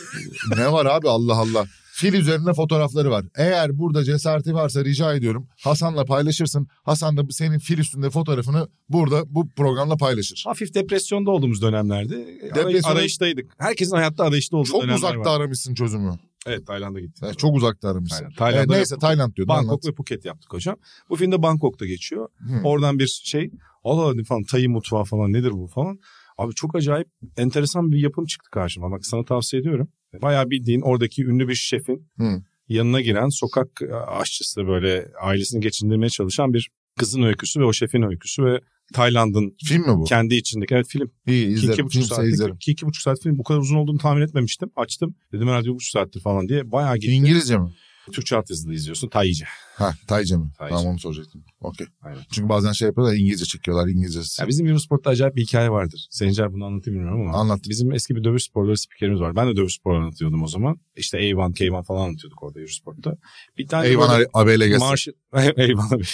Ne var abi, Allah Allah. Fil üzerinde fotoğrafları var. Eğer burada cesareti varsa rica ediyorum Hasan'la paylaşırsın. Hasan da senin fil üstünde fotoğrafını burada bu programda paylaşır. hafif depresyonda olduğumuz dönemlerde Depresyona- Depresyona... arayıştaydık. Herkesin hayatta arayışta olduğu Çok dönemler uzakta var. aramışsın çözümü. Evet Tayland'a gittik. Yani çok uzakta aramışsın. Aynen, Tayland'da Evet, neyse ve- Tayland diyordun. Bangkok anlat. ve Phuket yaptık hocam. Bu filmde Bangkok'ta geçiyor. Hı. Oradan bir şey. Allah Allah falan Tayı mutfağı falan nedir bu falan. Abi çok acayip enteresan bir yapım çıktı karşıma. Bak sana tavsiye ediyorum. Bayağı bildiğin oradaki ünlü bir şefin Hı. yanına giren sokak aşçısı böyle ailesini geçindirmeye çalışan bir kızın öyküsü ve o şefin öyküsü ve Tayland'ın Film mi bu? kendi içindeki evet film. İyi İki, iki izlerim. buçuk Filmse saatlik, izlerim. iki, iki buçuk saat film bu kadar uzun olduğunu tahmin etmemiştim. Açtım. Dedim herhalde bir buçuk saattir falan diye. Bayağı gitti. İngilizce mi? Türkçe altyazılı izliyorsun. Tayyice. Ha, Tayce mi? Tayce. Tamam, onu soracaktım. Okey. Aynen. Çünkü bazen şey yapıyorlar, İngilizce çekiyorlar, İngilizcesi. Ya bizim Eurosport'ta acayip bir hikaye vardır. Sencer bunu anlatayım bilmiyorum ama. Anlat. Bizim eski bir dövüş sporları spikerimiz var. Ben de dövüş sporları anlatıyordum o zaman. İşte A bir, K bir falan anlatıyorduk orada Eurosport'ta. Bir tane Eyvan abeyle gelsin. marş... Eyvallah abi.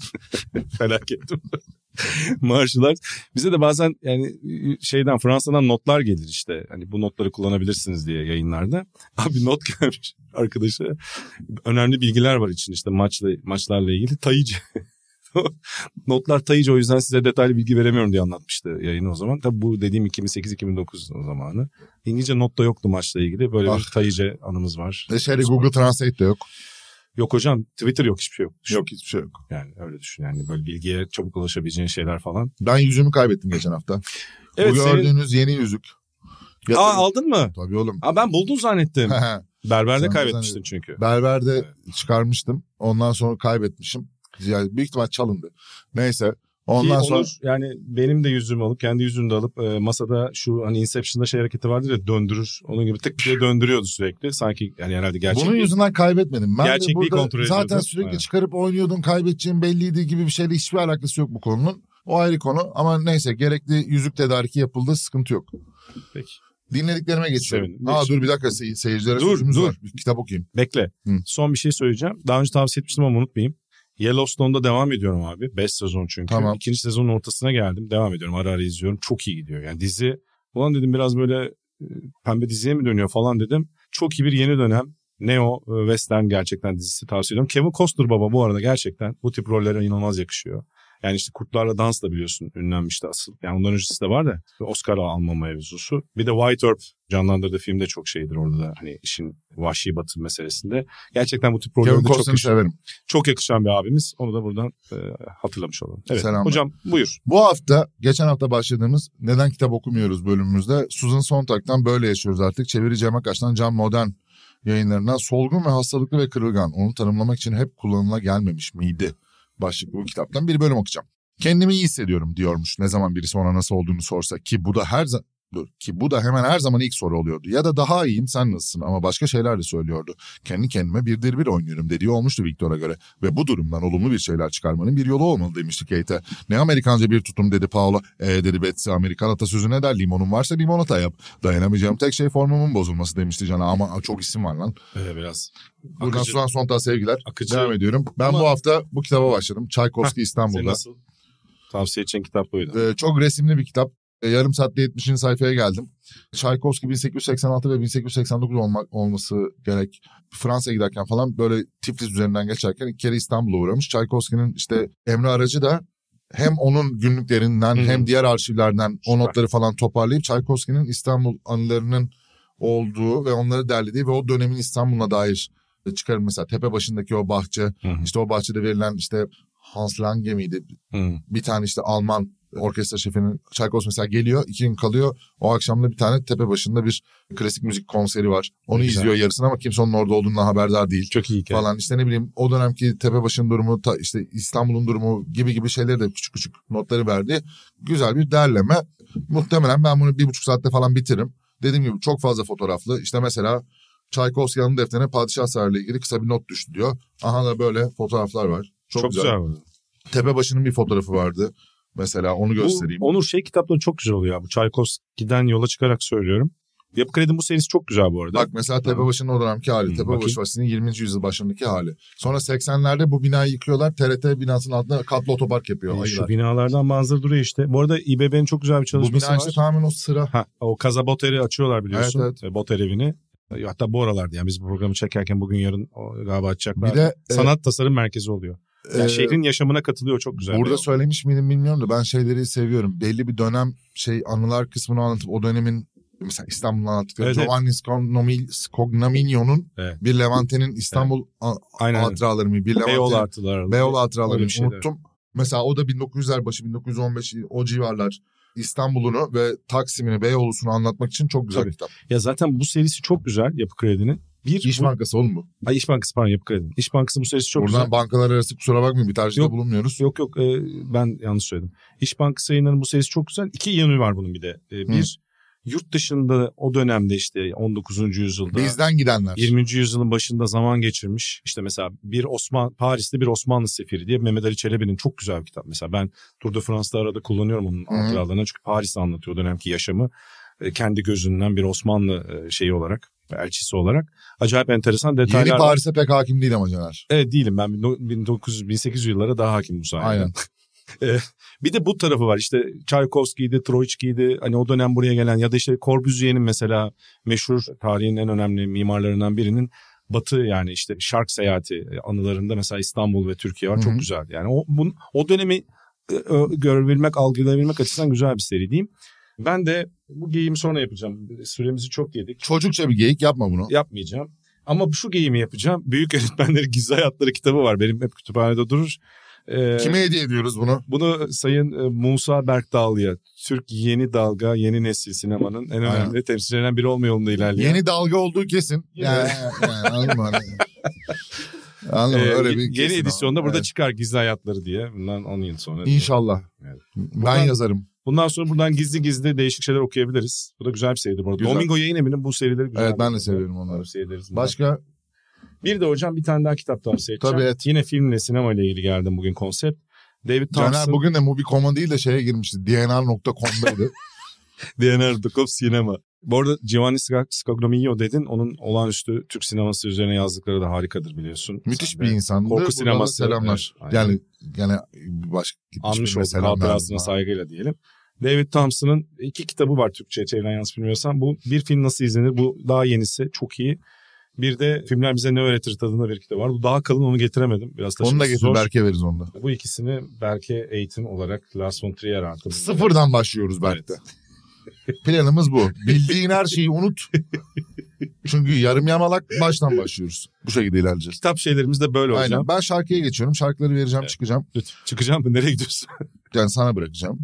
Felaketim. Marşılar. Bize de bazen yani şeyden Fransa'dan notlar gelir işte. Hani bu notları kullanabilirsiniz diye yayınlarda. Abi not gelmiş arkadaşa. Önemli bilgiler var için işte maçla maçlarla ilgili. Tayıcı. Notlar Tayıcı, o yüzden size detaylı bilgi veremiyorum diye anlatmıştı yayını o zaman. Tabii bu dediğim iki bin sekiz iki bin dokuz o zamanı. İngilizce not da yoktu maçla ilgili. Böyle Ah. bir Tayıcı anımız var. Ve şeyde Google Translate de yok. Yok hocam, Twitter yok, hiçbir şey yok. Yok, hiçbir şey yok. Yani öyle düşün, yani böyle bilgiye çabuk ulaşabileceğin şeyler falan. Ben yüzümü kaybettim geçen hafta. Evet, Bu senin- gördüğünüz yeni yüzük. Aa, Yatırım. aldın mı? Tabii oğlum. Aa, ben buldun zannettim. Berberde Sen kaybetmiştin zannedin. çünkü. Berberde çıkarmıştım. Ondan sonra kaybetmişim. Yani büyük ihtimal çalındı. Neyse. Ondan Ki sonra Onur, yani benim de yüzüğümü alıp kendi yüzüğünü de alıp e, masada şu hani Inception'da şey hareketi vardır ya, döndürür. Onun gibi tık diye döndürüyordu sürekli. Sanki yani herhalde gerçek. bunun bir- yüzünden kaybetmedim. Ben de Gerçekliği burada kontrol zaten ediyordun. sürekli Evet. çıkarıp oynuyordun, kaybedeceğin belliydi gibi bir şeyle hiçbir alakası yok bu konunun. O ayrı konu ama neyse, gerekli yüzük tedariki yapıldı, sıkıntı yok. Peki. Dinlediklerime geçiyorum. Sevindim. Aa Geç. dur bir dakika, sey- seyircilere Dur, sözümüz dur. var. Bir kitap okuyayım. Bekle. Hı. Son bir şey söyleyeceğim. Daha önce tavsiye etmiştim ama unutmayayım. Yellowstone'da devam ediyorum abi. beş sezon çünkü. Tamam. İkinci sezonun ortasına geldim. Devam ediyorum. Ara ara izliyorum. Çok iyi gidiyor. Yani dizi. Ulan dedim biraz böyle e, pembe diziye mi dönüyor falan dedim. Çok iyi bir yeni dönem. Neo Western gerçekten dizisi tavsiye ediyorum. Kevin Costner baba bu arada gerçekten bu tip rollere inanılmaz yakışıyor. Yani işte Kurtlarla Dans da biliyorsun ünlenmişti asıl. Yani ondan öncesi de var da Oscar alma mevzusu. Bir de White Earp canlandırdığı film de çok şeydir orada da hani işin vahşi batı meselesinde. Gerçekten bu tip rollerde çok yakışan, severim. çok yakışan bir abimiz. Onu da buradan e, hatırlamış olalım. Evet Selamlar. Hocam buyur. Bu hafta geçen hafta başladığımız Neden Kitap Okumuyoruz bölümümüzde Susan Sontag'dan Böyle Yaşıyoruz Artık. Çeviri Cem Akaş'tan Can Modern yayınlarından Solgun ve Hastalıklı ve Kırılgan. Onu tanımlamak için hep kullanıla gelmemiş miydi? Başlıklı bu kitaptan bir bölüm okuyacağım. Kendimi iyi hissediyorum diyormuş ne zaman birisi ona nasıl olduğunu sorsa ki bu da her zaman Dur, ki bu da hemen her zaman ilk soru oluyordu. Ya da daha iyiyim sen nasılsın ama başka şeyler de söylüyordu. Kendi kendime birdir bir oynuyorum dediği olmuştu Victor'a göre. Ve bu durumdan olumlu bir şeyler çıkarmanın bir yolu olmalı demişti Kate'e. Ne Amerikanca bir tutum dedi Paolo. E dedi Betsy Amerikan atasözü ne der? Limonun varsa limonata yap. Dayanamayacağım tek şey formumun bozulması demişti Can'a ama çok isim var lan. Ee, biraz. Buradan Susan Sontag'a sevgiler. Akıcı. Devam ediyorum. Ben ama... bu hafta bu kitaba başladım. Çaykovski İstanbul'da. Nasıl? Tavsiye edeceğin kitap buydu. Ee, çok resimli bir kitap. Yarım saatte yetmişinci sayfaya geldim. Çaykovski bin sekiz yüz seksen altı ve bin sekiz yüz seksen dokuz olmak, olması gerek. Fransa'ya giderken falan böyle Tiflis üzerinden geçerken iki kere İstanbul'a uğramış. Çaykovski'nin işte Emre Aracı da hem onun günlüklerinden hmm. hem diğer arşivlerden o notları falan toparlayıp Çaykovski'nin İstanbul anılarının olduğu ve onları derlediği ve o dönemin İstanbul'una dair çıkarım. Mesela tepe başındaki o bahçe, hmm. işte o bahçede verilen işte Hans Lange miydi? Hmm. Bir tane işte Alman orkestra şefinin Çaykovski mesela geliyor, iki gün kalıyor. O akşam da bir tane tepe başında bir klasik müzik konseri var. Onu Güzel. izliyor yarısını ama kimse onun orada olduğundan haberdar değil. Çok iyi hikaye. Falan işte ne bileyim o dönemki tepe başının durumu, ta, işte İstanbul'un durumu gibi gibi şeyleri de küçük küçük notları verdi. Güzel bir derleme. Muhtemelen ben bunu bir buçuk saatte falan bitiririm. Dediğim gibi çok fazla fotoğraflı. İşte mesela Çaykovski anı defterine Padişah Sarayı'yla ilgili kısa bir not düştü diyor. Aha da böyle fotoğraflar var. Çok, çok güzel. güzel. Tepe başının bir fotoğrafı vardı. Mesela onu göstereyim. Bu, Onur şey kitapları çok güzel oluyor. Bu Çaykovski'den yola çıkarak söylüyorum. Yapı Kredi'nin bu serisi çok güzel bu arada. Bak mesela Tepebaşı'nın o dönemki hali. Hmm, Tepebaşı Vasisi'nin yirminci yüzyıl başındaki hali. Sonra seksenlerde bu binayı yıkıyorlar. T R T binasının altında katlı otopark yapıyor. E, şu binalardan manzara duruyor işte. Bu arada İBB'nin çok güzel bir çalışması var. Bu bina işte tamamen o sıra. Ha, o Kaza Boter'i açıyorlar biliyorsun. Evet, evet. Boter evini. Hatta bu aralardı yani biz bu programı çekerken bugün yarın galiba açacaklar. Bir de sanat e, tasarım merkezi oluyor. Yani ee, şehrin yaşamına katılıyor çok güzel. Burada söylemiş miydim bilmiyorum da ben şeyleri seviyorum. Belli bir dönem şey anılar kısmını anlatıp o dönemin mesela İstanbul'u anlattıkları. Evet, Giovanni evet. Scognaminio'nun evet. bir Levante'nin İstanbul evet. hatıraları mı? Bir Beyoğlu hatıraları. Beyoğlu hatıraları mı? Unuttum. Mesela o da bin dokuz yüzler başı bin dokuz yüz on beş o civarlar. İstanbul'unu ve Taksim'ini, Beyoğlu'sunu anlatmak için çok güzel Tabii. bir kitap. Ya zaten bu serisi çok güzel Yapı Kredi'nin. Bir, İş bu... Bankası oğlum bu. Ay İş Bankası pardon Yapı Kredi'nin. İş Bankası bu serisi çok Buradan güzel. Buradan bankalar arası kusura bakmayın bir tercihte yok, bulunmuyoruz. Yok yok e, ben yanlış söyledim. İş Bankası yayınlarının bu serisi çok güzel. İki yanı var bunun bir de. E, bir Hı. yurt dışında o dönemde işte on dokuzuncu yüzyılda. Bizden gidenler. yirminci yüzyılın başında zaman geçirmiş. İşte mesela bir Osman Paris'te bir Osmanlı sefiri diye Mehmet Ali Çelebi'nin çok güzel bir kitap. Mesela ben Tour de France'da arada kullanıyorum onun hatıralarını. Çünkü Paris'i anlatıyor o dönemki yaşamı. E, kendi gözünden bir Osmanlı e, şeyi olarak. Elçisi olarak. Acayip enteresan detaylar. Yeni Paris'e pek hakim değil ama Caner. Evet değilim ben bin dokuz yüz bin sekiz yüz yıllara daha hakim bu sayede. Aynen. Bir de bu tarafı var işte Çaykovski'ydi, Troiçki'ydi hani o dönem buraya gelen ya da işte Corbusier'in mesela meşhur tarihin en önemli mimarlarından birinin Batı yani işte Şark seyahati anılarında mesela İstanbul ve Türkiye var. Hı-hı. Çok güzel yani o, bu, o dönemi görebilmek, algılayabilmek açısından güzel bir seri diyeyim. Ben de bu geyimi sonra yapacağım. Süremizi çok yedik. Çocukça bir geyik yapma bunu. Yapmayacağım. Ama şu geyimi yapacağım. Büyük Öğretmenlerin Gizli Hayatları kitabı var. Benim hep kütüphanede durur. Ee, Kime hediye ediyoruz bunu? Bunu Sayın e, Musa Berkdağlı'ya. Türk yeni dalga, yeni nesil sinemanın en önemli Aynen. temsilcilerinden biri olma yolunda ilerliyor. Yeni dalga olduğu kesin. Yani, yani anladın mı? Anladın mı? Öyle bir yeni edisyonda burada evet. çıkar Gizli Hayatları diye. Bundan on yıl sonra. İnşallah. Evet. Ben buradan, yazarım. Bundan sonra buradan gizli gizli değişik şeyler okuyabiliriz. Bu da güzel bir seridir bu arada. Güzel. Domingo Yayın Evi'nin bu serileri güzel. Evet ben de seviyorum onları. Başka? Bir de hocam bir tane daha kitap tavsiye edeceğim. Tabii evet. Yine filmle sinema ile ilgili geldim bugün konsept. David Thompson. Caner bugün de Movie Com'a değil de şeye girmişti. D N R nokta com'daydı. D N R nokta com sinema. Bu arada Giovanni Scognomino dedin. Onun olağanüstü Türk sineması üzerine yazdıkları da harikadır biliyorsun. Müthiş Sen bir insandı. Korku sineması. Selamlar. Evet, yani yani başka anmış olduk hatırasına saygıyla diyelim. David Thompson'ın iki kitabı var Türkçe'ye çevrilen yanlış bilmiyorsam. Bu Bir Film Nasıl İzlenir? Bu daha yenisi çok iyi. Bir de Filmler Bize Ne Öğretir tadında bir kitap var. Bu daha kalın, onu getiremedim. Biraz Onu da getir, zor. Berke veririz onu da. Bu ikisini Berke eğitim olarak Lars von Trier artık. Sıfırdan başlıyoruz Berk'te. Evet. Planımız bu. Bildiğin her şeyi unut. Çünkü yarım yamalak baştan başlıyoruz. Bu şekilde ilerleyeceğiz. Kitap şeylerimiz de böyle hocam. Aynen. Ben şarkıya geçiyorum. Şarkıları vereceğim, evet. Çıkacağım. Lütfen. Çıkacağım mı? Nereye gidiyorsun? Yani sana bırakacağım.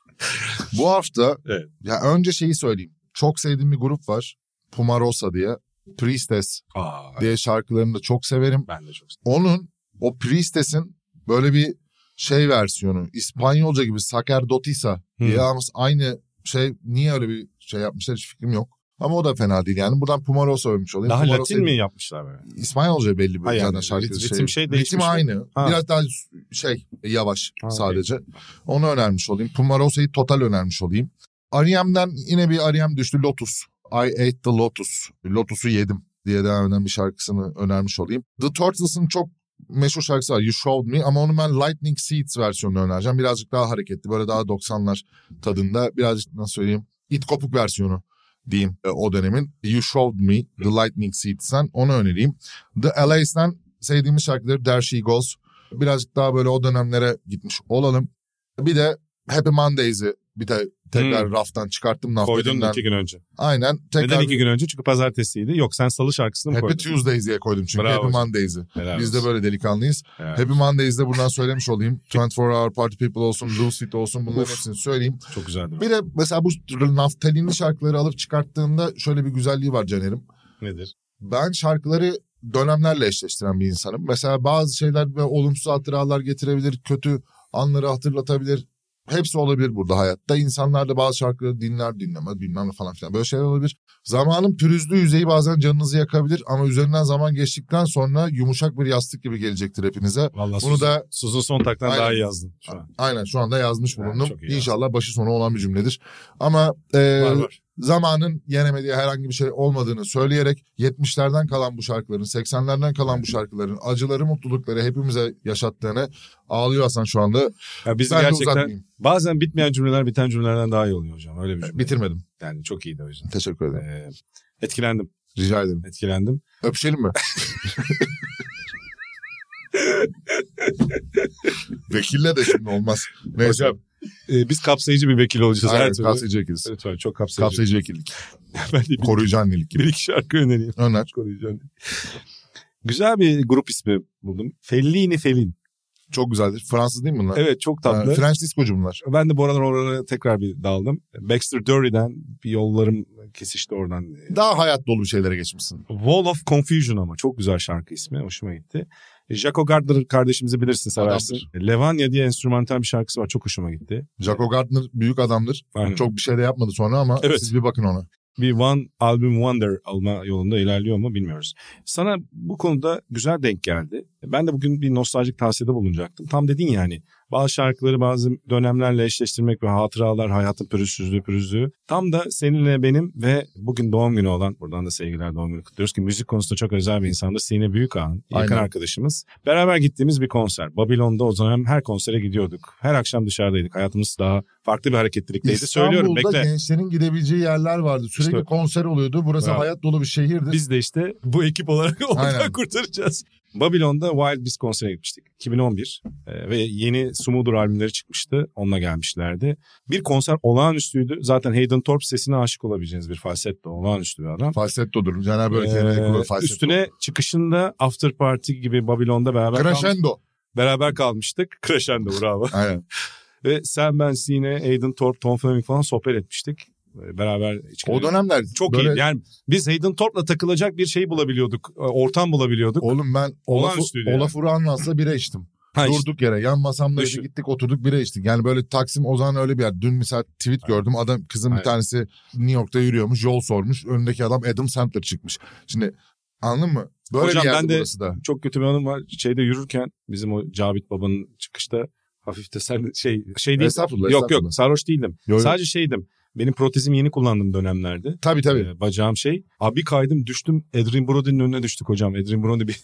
Bu hafta evet. Ya önce şeyi söyleyeyim. Çok sevdiğim bir grup var. Pumarosa diye. Priestess Aa, diye şarkılarını da çok severim. Ben de çok severim. Onun, o Priestess'in böyle bir şey versiyonu. İspanyolca gibi Sacerdotisa diye hmm. ama aynı şey, niye öyle bir şey yapmışlar hiç fikrim yok. Ama o da fena değil yani. Buradan Pumarosa övmüş olayım. Daha Pumarosa Latin mi yapmışlar böyle? İspanyolca belli bir Hayır, zaten yani, şarkı. Ritim şey, şey değişmiş. Ritim aynı. Ha. Biraz daha şey yavaş ha, sadece. Okay. Onu önermiş olayım. Pumarosa'yı total önermiş olayım. R E M'den yine bir R E M düştü. Lotus. I ate the Lotus. Lotus'u yedim diye devam eden bir şarkısını önermiş olayım. The Turtles'ın çok meşhur şarkısı var. You Showed Me, ama onu ben Lightning Seeds versiyonunu önereceğim. Birazcık daha hareketli. Böyle daha doksanlar tadında. Birazcık nasıl söyleyeyim? İt kopuk versiyonu diyeyim o dönemin. You Showed Me, The Lightning Seeds'ten onu önereyim. The L A's'ten sevdiğimiz şarkıları There She Goes. Birazcık daha böyle o dönemlere gitmiş olalım. Bir de Happy Mondays'i bir de tekrar hmm. raftan çıkarttım. Koydun iki gün önce. Aynen. Tekrar... Neden iki gün önce? Çünkü pazartesiydi. Yok, sen salı şarkısını mı Happy koydun? Happy Tuesdays diye koydum çünkü. Bravo. Happy Mondays'i. Biz de böyle delikanlıyız. Evet. Happy Mondays'de buradan söylemiş olayım. yirmi dört Hour Party People olsun, Lose It olsun, bunların hepsini söyleyeyim. Çok güzeldi. Bir de mesela bu naftalinli şarkıları alıp çıkarttığında şöyle bir güzelliği var Caner'im. Nedir? Ben şarkıları dönemlerle eşleştiren bir insanım. Mesela bazı şeyler ve olumsuz hatıralar getirebilir, kötü anları hatırlatabilir. Hepsi olabilir burada hayatta. İnsanlar da bazı şarkıları dinler dinlemez bilmem ne falan filan. Böyle şeyler olabilir. Zamanın pürüzlü yüzeyi bazen canınızı yakabilir ama üzerinden zaman geçtikten sonra yumuşak bir yastık gibi gelecektir hepinize. Vallahi bunu Suzu, da Suzu Sontag'dan daha iyi yazdın şu an. Aynen, şu anda yazmış bulundum. Yani İnşallah başı sonu olan bir cümledir. Ama e, var, var. zamanın yenemediği herhangi bir şey olmadığını söyleyerek yetmişlerden kalan bu şarkıların, seksenlerden kalan bu şarkıların acıları, mutlulukları hepimize yaşattığını, ağlıyor Hasan şu anda. Ya biz ben gerçekten bazen bitmeyen cümleler biten cümlelerden daha iyi oluyor hocam. Öyle bir cümle. Bitirmedim. Yani çok iyiydi o yüzden. Teşekkür ederim. Ee, etkilendim. Rica ederim. Etkilendim. Öpüşelim mi? Vekille de şimdi olmaz. Neyse. Hocam e, biz kapsayıcı bir vekil olacağız. Aynen, her türlü. Kapsayıcı vekiliz. Lütfen, çok kapsayıcı. Kapsayıcı vekillik. Ben de bir, koruyucu annelik gibi. Bir iki şarkı önereyim. Öner. Koruyucu annelik. Güzel bir grup ismi buldum. Fellini Felin. Çok güzeldir. Fransız değil mi bunlar? Evet, çok tatlı. Ee, French disco'cu bunlar. Ben de bu aralar oraya tekrar bir daldım. Baxter Dury'den bir yollarım kesişti oradan. Daha hayat dolu bir şeylere geçmişsin. Wall of Confusion, ama çok güzel şarkı ismi. Hoşuma gitti. Jaco Gardner kardeşimizi bilirsin, seversin. Adamdır. Levanya diye enstrümantal bir şarkısı var. Çok hoşuma gitti. Jaco Gardner büyük adamdır. Aynen. Çok bir şey de yapmadı sonra ama evet. Siz bir bakın ona. Bir One Album Wonder alma yolunda ilerliyor mu bilmiyoruz. Sana bu konuda güzel denk geldi. Ben de bugün bir nostaljik tavsiyede bulunacaktım. Tam dedin yani. Bazı şarkıları bazı dönemlerle eşleştirmek ve hatıralar, hayatın pürüzsüzlüğü pürüzlüğü. Tam da seninle benim ve bugün doğum günü olan, buradan da sevgiler, doğum günü kutluyoruz ki müzik konusunda çok özel bir insandır. Sine Büyükağ'ın yakın Aynen. arkadaşımız. Beraber gittiğimiz bir konser. Babilon'da o zaman her konsere gidiyorduk. Her akşam dışarıdaydık. Hayatımız daha farklı bir hareketlilikteydi. Söylüyorum, bekle. İstanbul'da gençlerin gidebileceği yerler vardı. Sürekli işte, konser oluyordu. Burası bravo. Hayat dolu bir şehirdi. Biz de işte bu ekip olarak oradan kurtaracağız. Babilon'da Wild Beast konserine gitmiştik. iki bin on bir ee, ve yeni Smoother albümleri çıkmıştı. Onunla gelmişlerdi. Bir konser olağanüstüydü. Zaten Hayden Thorpe sesine aşık olabileceğiniz bir falsetto. Olağanüstü bir adam. Falsetto'dur. Caner böyle kendine ee, falsetto. Üstüne çıkışında After Party gibi Babilon'da beraber Crescendo. Kalmıştık. Beraber kalmıştık. Crescendo, bravo. Aynen. Ve sen, ben, Sine, Hayden Thorpe, Tom Fleming falan sohbet etmiştik. Beraber o dönemler çok böyle... iyi. Yani biz Hayden Thorpe'la takılacak bir şey bulabiliyorduk. Ortam bulabiliyorduk. Oğlum ben Olaf Uran'la bira içtim. Ha Durduk işte. Yere yan masamda işte gittik oturduk bira içtik. Yani böyle Taksim o zaman öyle bir yer. Dün mesela tweet Aynen. gördüm. Adam kızın Aynen. bir tanesi New York'ta yürüyormuş. Yol sormuş. Önündeki adam Adam Sandler çıkmış. Şimdi anladın mı? Böyle Hocam, bir yerdi ben de burası da. Çok kötü bir anım var. Şeyde yürürken bizim o Cavit Baba'nın çıkışta hafif de sen şey şey değil. Estağfurullah, yok estağfurullah. yok sarhoş değildim. Yok, Sadece yok. şeydim. Benim protezimi yeni kullandığım dönemlerde. Tabii tabii. Ee, bacağım şey. Abi kaydım, düştüm. Adrien Brody'nin önüne düştük hocam. Adrien Brody bir...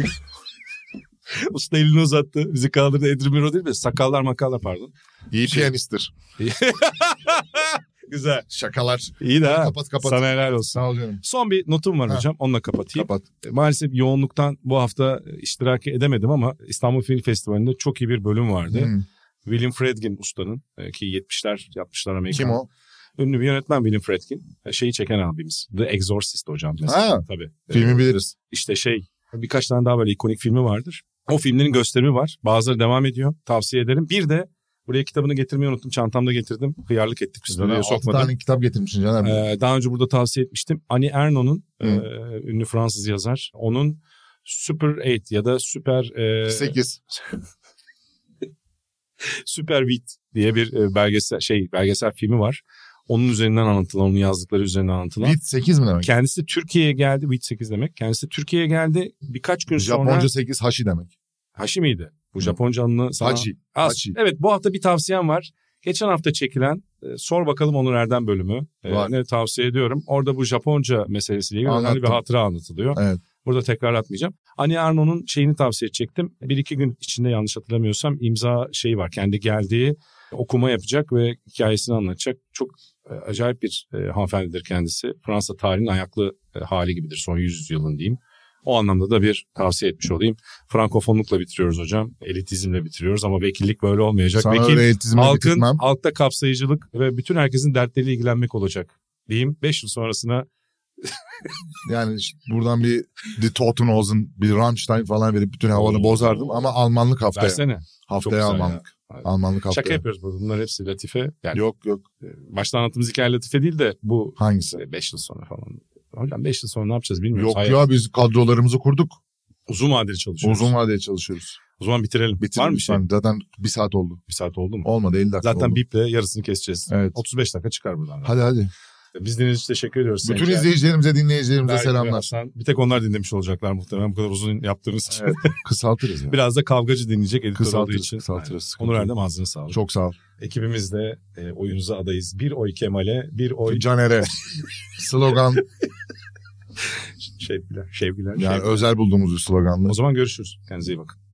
Usta elini uzattı. Bizi kaldırdı. Adrien Brody değil mi? Sakallar makallar pardon. İyi şey... piyanisttir. Güzel. Şakalar. İyi de ha. Kapat kapat. Sana helal olsun. Sağ ol canım. Son bir notum var Ha. hocam. Onunla kapatayım. Kapat. Maalesef yoğunluktan bu hafta iştirak edemedim ama İstanbul Film Festivali'nde çok iyi bir bölüm vardı. Hmm. William Friedkin ustanın ki yetmişler yapmışlar Amerikan. Kim o? Ünlü bir yönetmen William Friedkin. Şeyi çeken abimiz. The Exorcist hocam mesela. Ha. Tabii. Filmi Ee, biliriz. İşte şey birkaç tane daha böyle ikonik filmi vardır. O filmlerin gösterimi var. Bazıları devam ediyor. Tavsiye ederim. Bir de buraya kitabını getirmeyi unuttum. Çantamda getirdim. Hıyarlık ettik. Stüdyoya Altı sokmadım. tane kitap getirmişsin canım. Ee, daha önce burada tavsiye etmiştim. Annie Ernaux'un Hı. e, ünlü Fransız yazar. Onun Super eight ya da Super e, sekiz. Super Huit diye bir e, belgesel şey belgesel filmi var. Onun üzerinden anlatılan, onun yazdıkları üzerinden anlatılan. Bit sekiz mi demek? Kendisi Türkiye'ye geldi. Huit sekiz demek. Kendisi Türkiye'ye geldi. Birkaç gün sonra. Japonca sekiz hashi demek. Hashi miydi? Bu Japonca anını sana... Hachi. Az. Hachi. Evet, bu hafta bir tavsiyem var. Geçen hafta çekilen e, Sor Bakalım Onur Erdem bölümü. E, Var. ne tavsiye ediyorum. Orada bu Japonca meselesiyle ilgili önemli bir Anlattım. hatıra anlatılıyor. Evet. Burada tekrarlatmayacağım. Annie Ernaux'un şeyini tavsiye edecektim. Bir iki gün içinde yanlış hatırlamıyorsam imza şeyi var. Kendi geldiği okuma yapacak ve hikayesini anlatacak. Çok e, acayip bir e, hanımefendidir kendisi. Fransa tarihinin ayaklı e, hali gibidir son yüz yılın diyeyim. O anlamda da bir tavsiye etmiş olayım. Frankofonlukla bitiriyoruz hocam. Elitizmle bitiriyoruz ama vekillik böyle olmayacak. Sana Vekil öyle elitizmle halkın, bitirtmem. halkta kapsayıcılık ve bütün herkesin dertleriyle ilgilenmek olacak diyeyim. Beş yıl sonrasına Yani işte buradan bir Die Totenhosen, bir Rammstein falan verip bütün havanı Oo. bozardım ama Almanlık haftaya. versene. Çok Haftaya güzel Almanlık. ya. Almanlık haftaya. Şaka yapıyoruz burada. Bunlar hepsi latife. Yani Yok yok. başta anlattığımız hikaye latife değil de bu Hangisi? beş yıl sonra falan. Hocam beş yıl sonra ne yapacağız bilmiyoruz. Yok Hayır. ya biz kadrolarımızı kurduk. Uzun vadeli çalışıyoruz. Uzun vadeli çalışıyoruz. O zaman bitirelim. Bitir Var mı bir şey? lütfen. Zaten bir saat oldu. Bir saat oldu mu? Olmadı elli dakika Zaten oldu. biple yarısını keseceğiz. Evet. otuz beş dakika çıkar buradan. Hadi hadi. Biz dinlediğiniz için teşekkür ediyoruz. Bütün Sayın izleyicilerimize, dinleyicilerimize Berk ve selamlar. Hasan. Bir tek onlar dinlemiş olacaklar muhtemelen bu kadar uzun yaptığımız için. Evet, kısaltırız ya. Biraz da kavgacı dinleyecek editör olduğu Kısaltırız, için. kısaltırız. Yani. Onur Erdem ağzına sağlık. Çok sağ ol. Ekibimiz de e, oyunuza adayız. Bir oy Kemal'e, bir oy Caner'e. Slogan Şevgiler. Şevgiler. yani Şevgiler. özel bulduğumuz bir sloganlı. O zaman görüşürüz. Kendinize iyi bakın.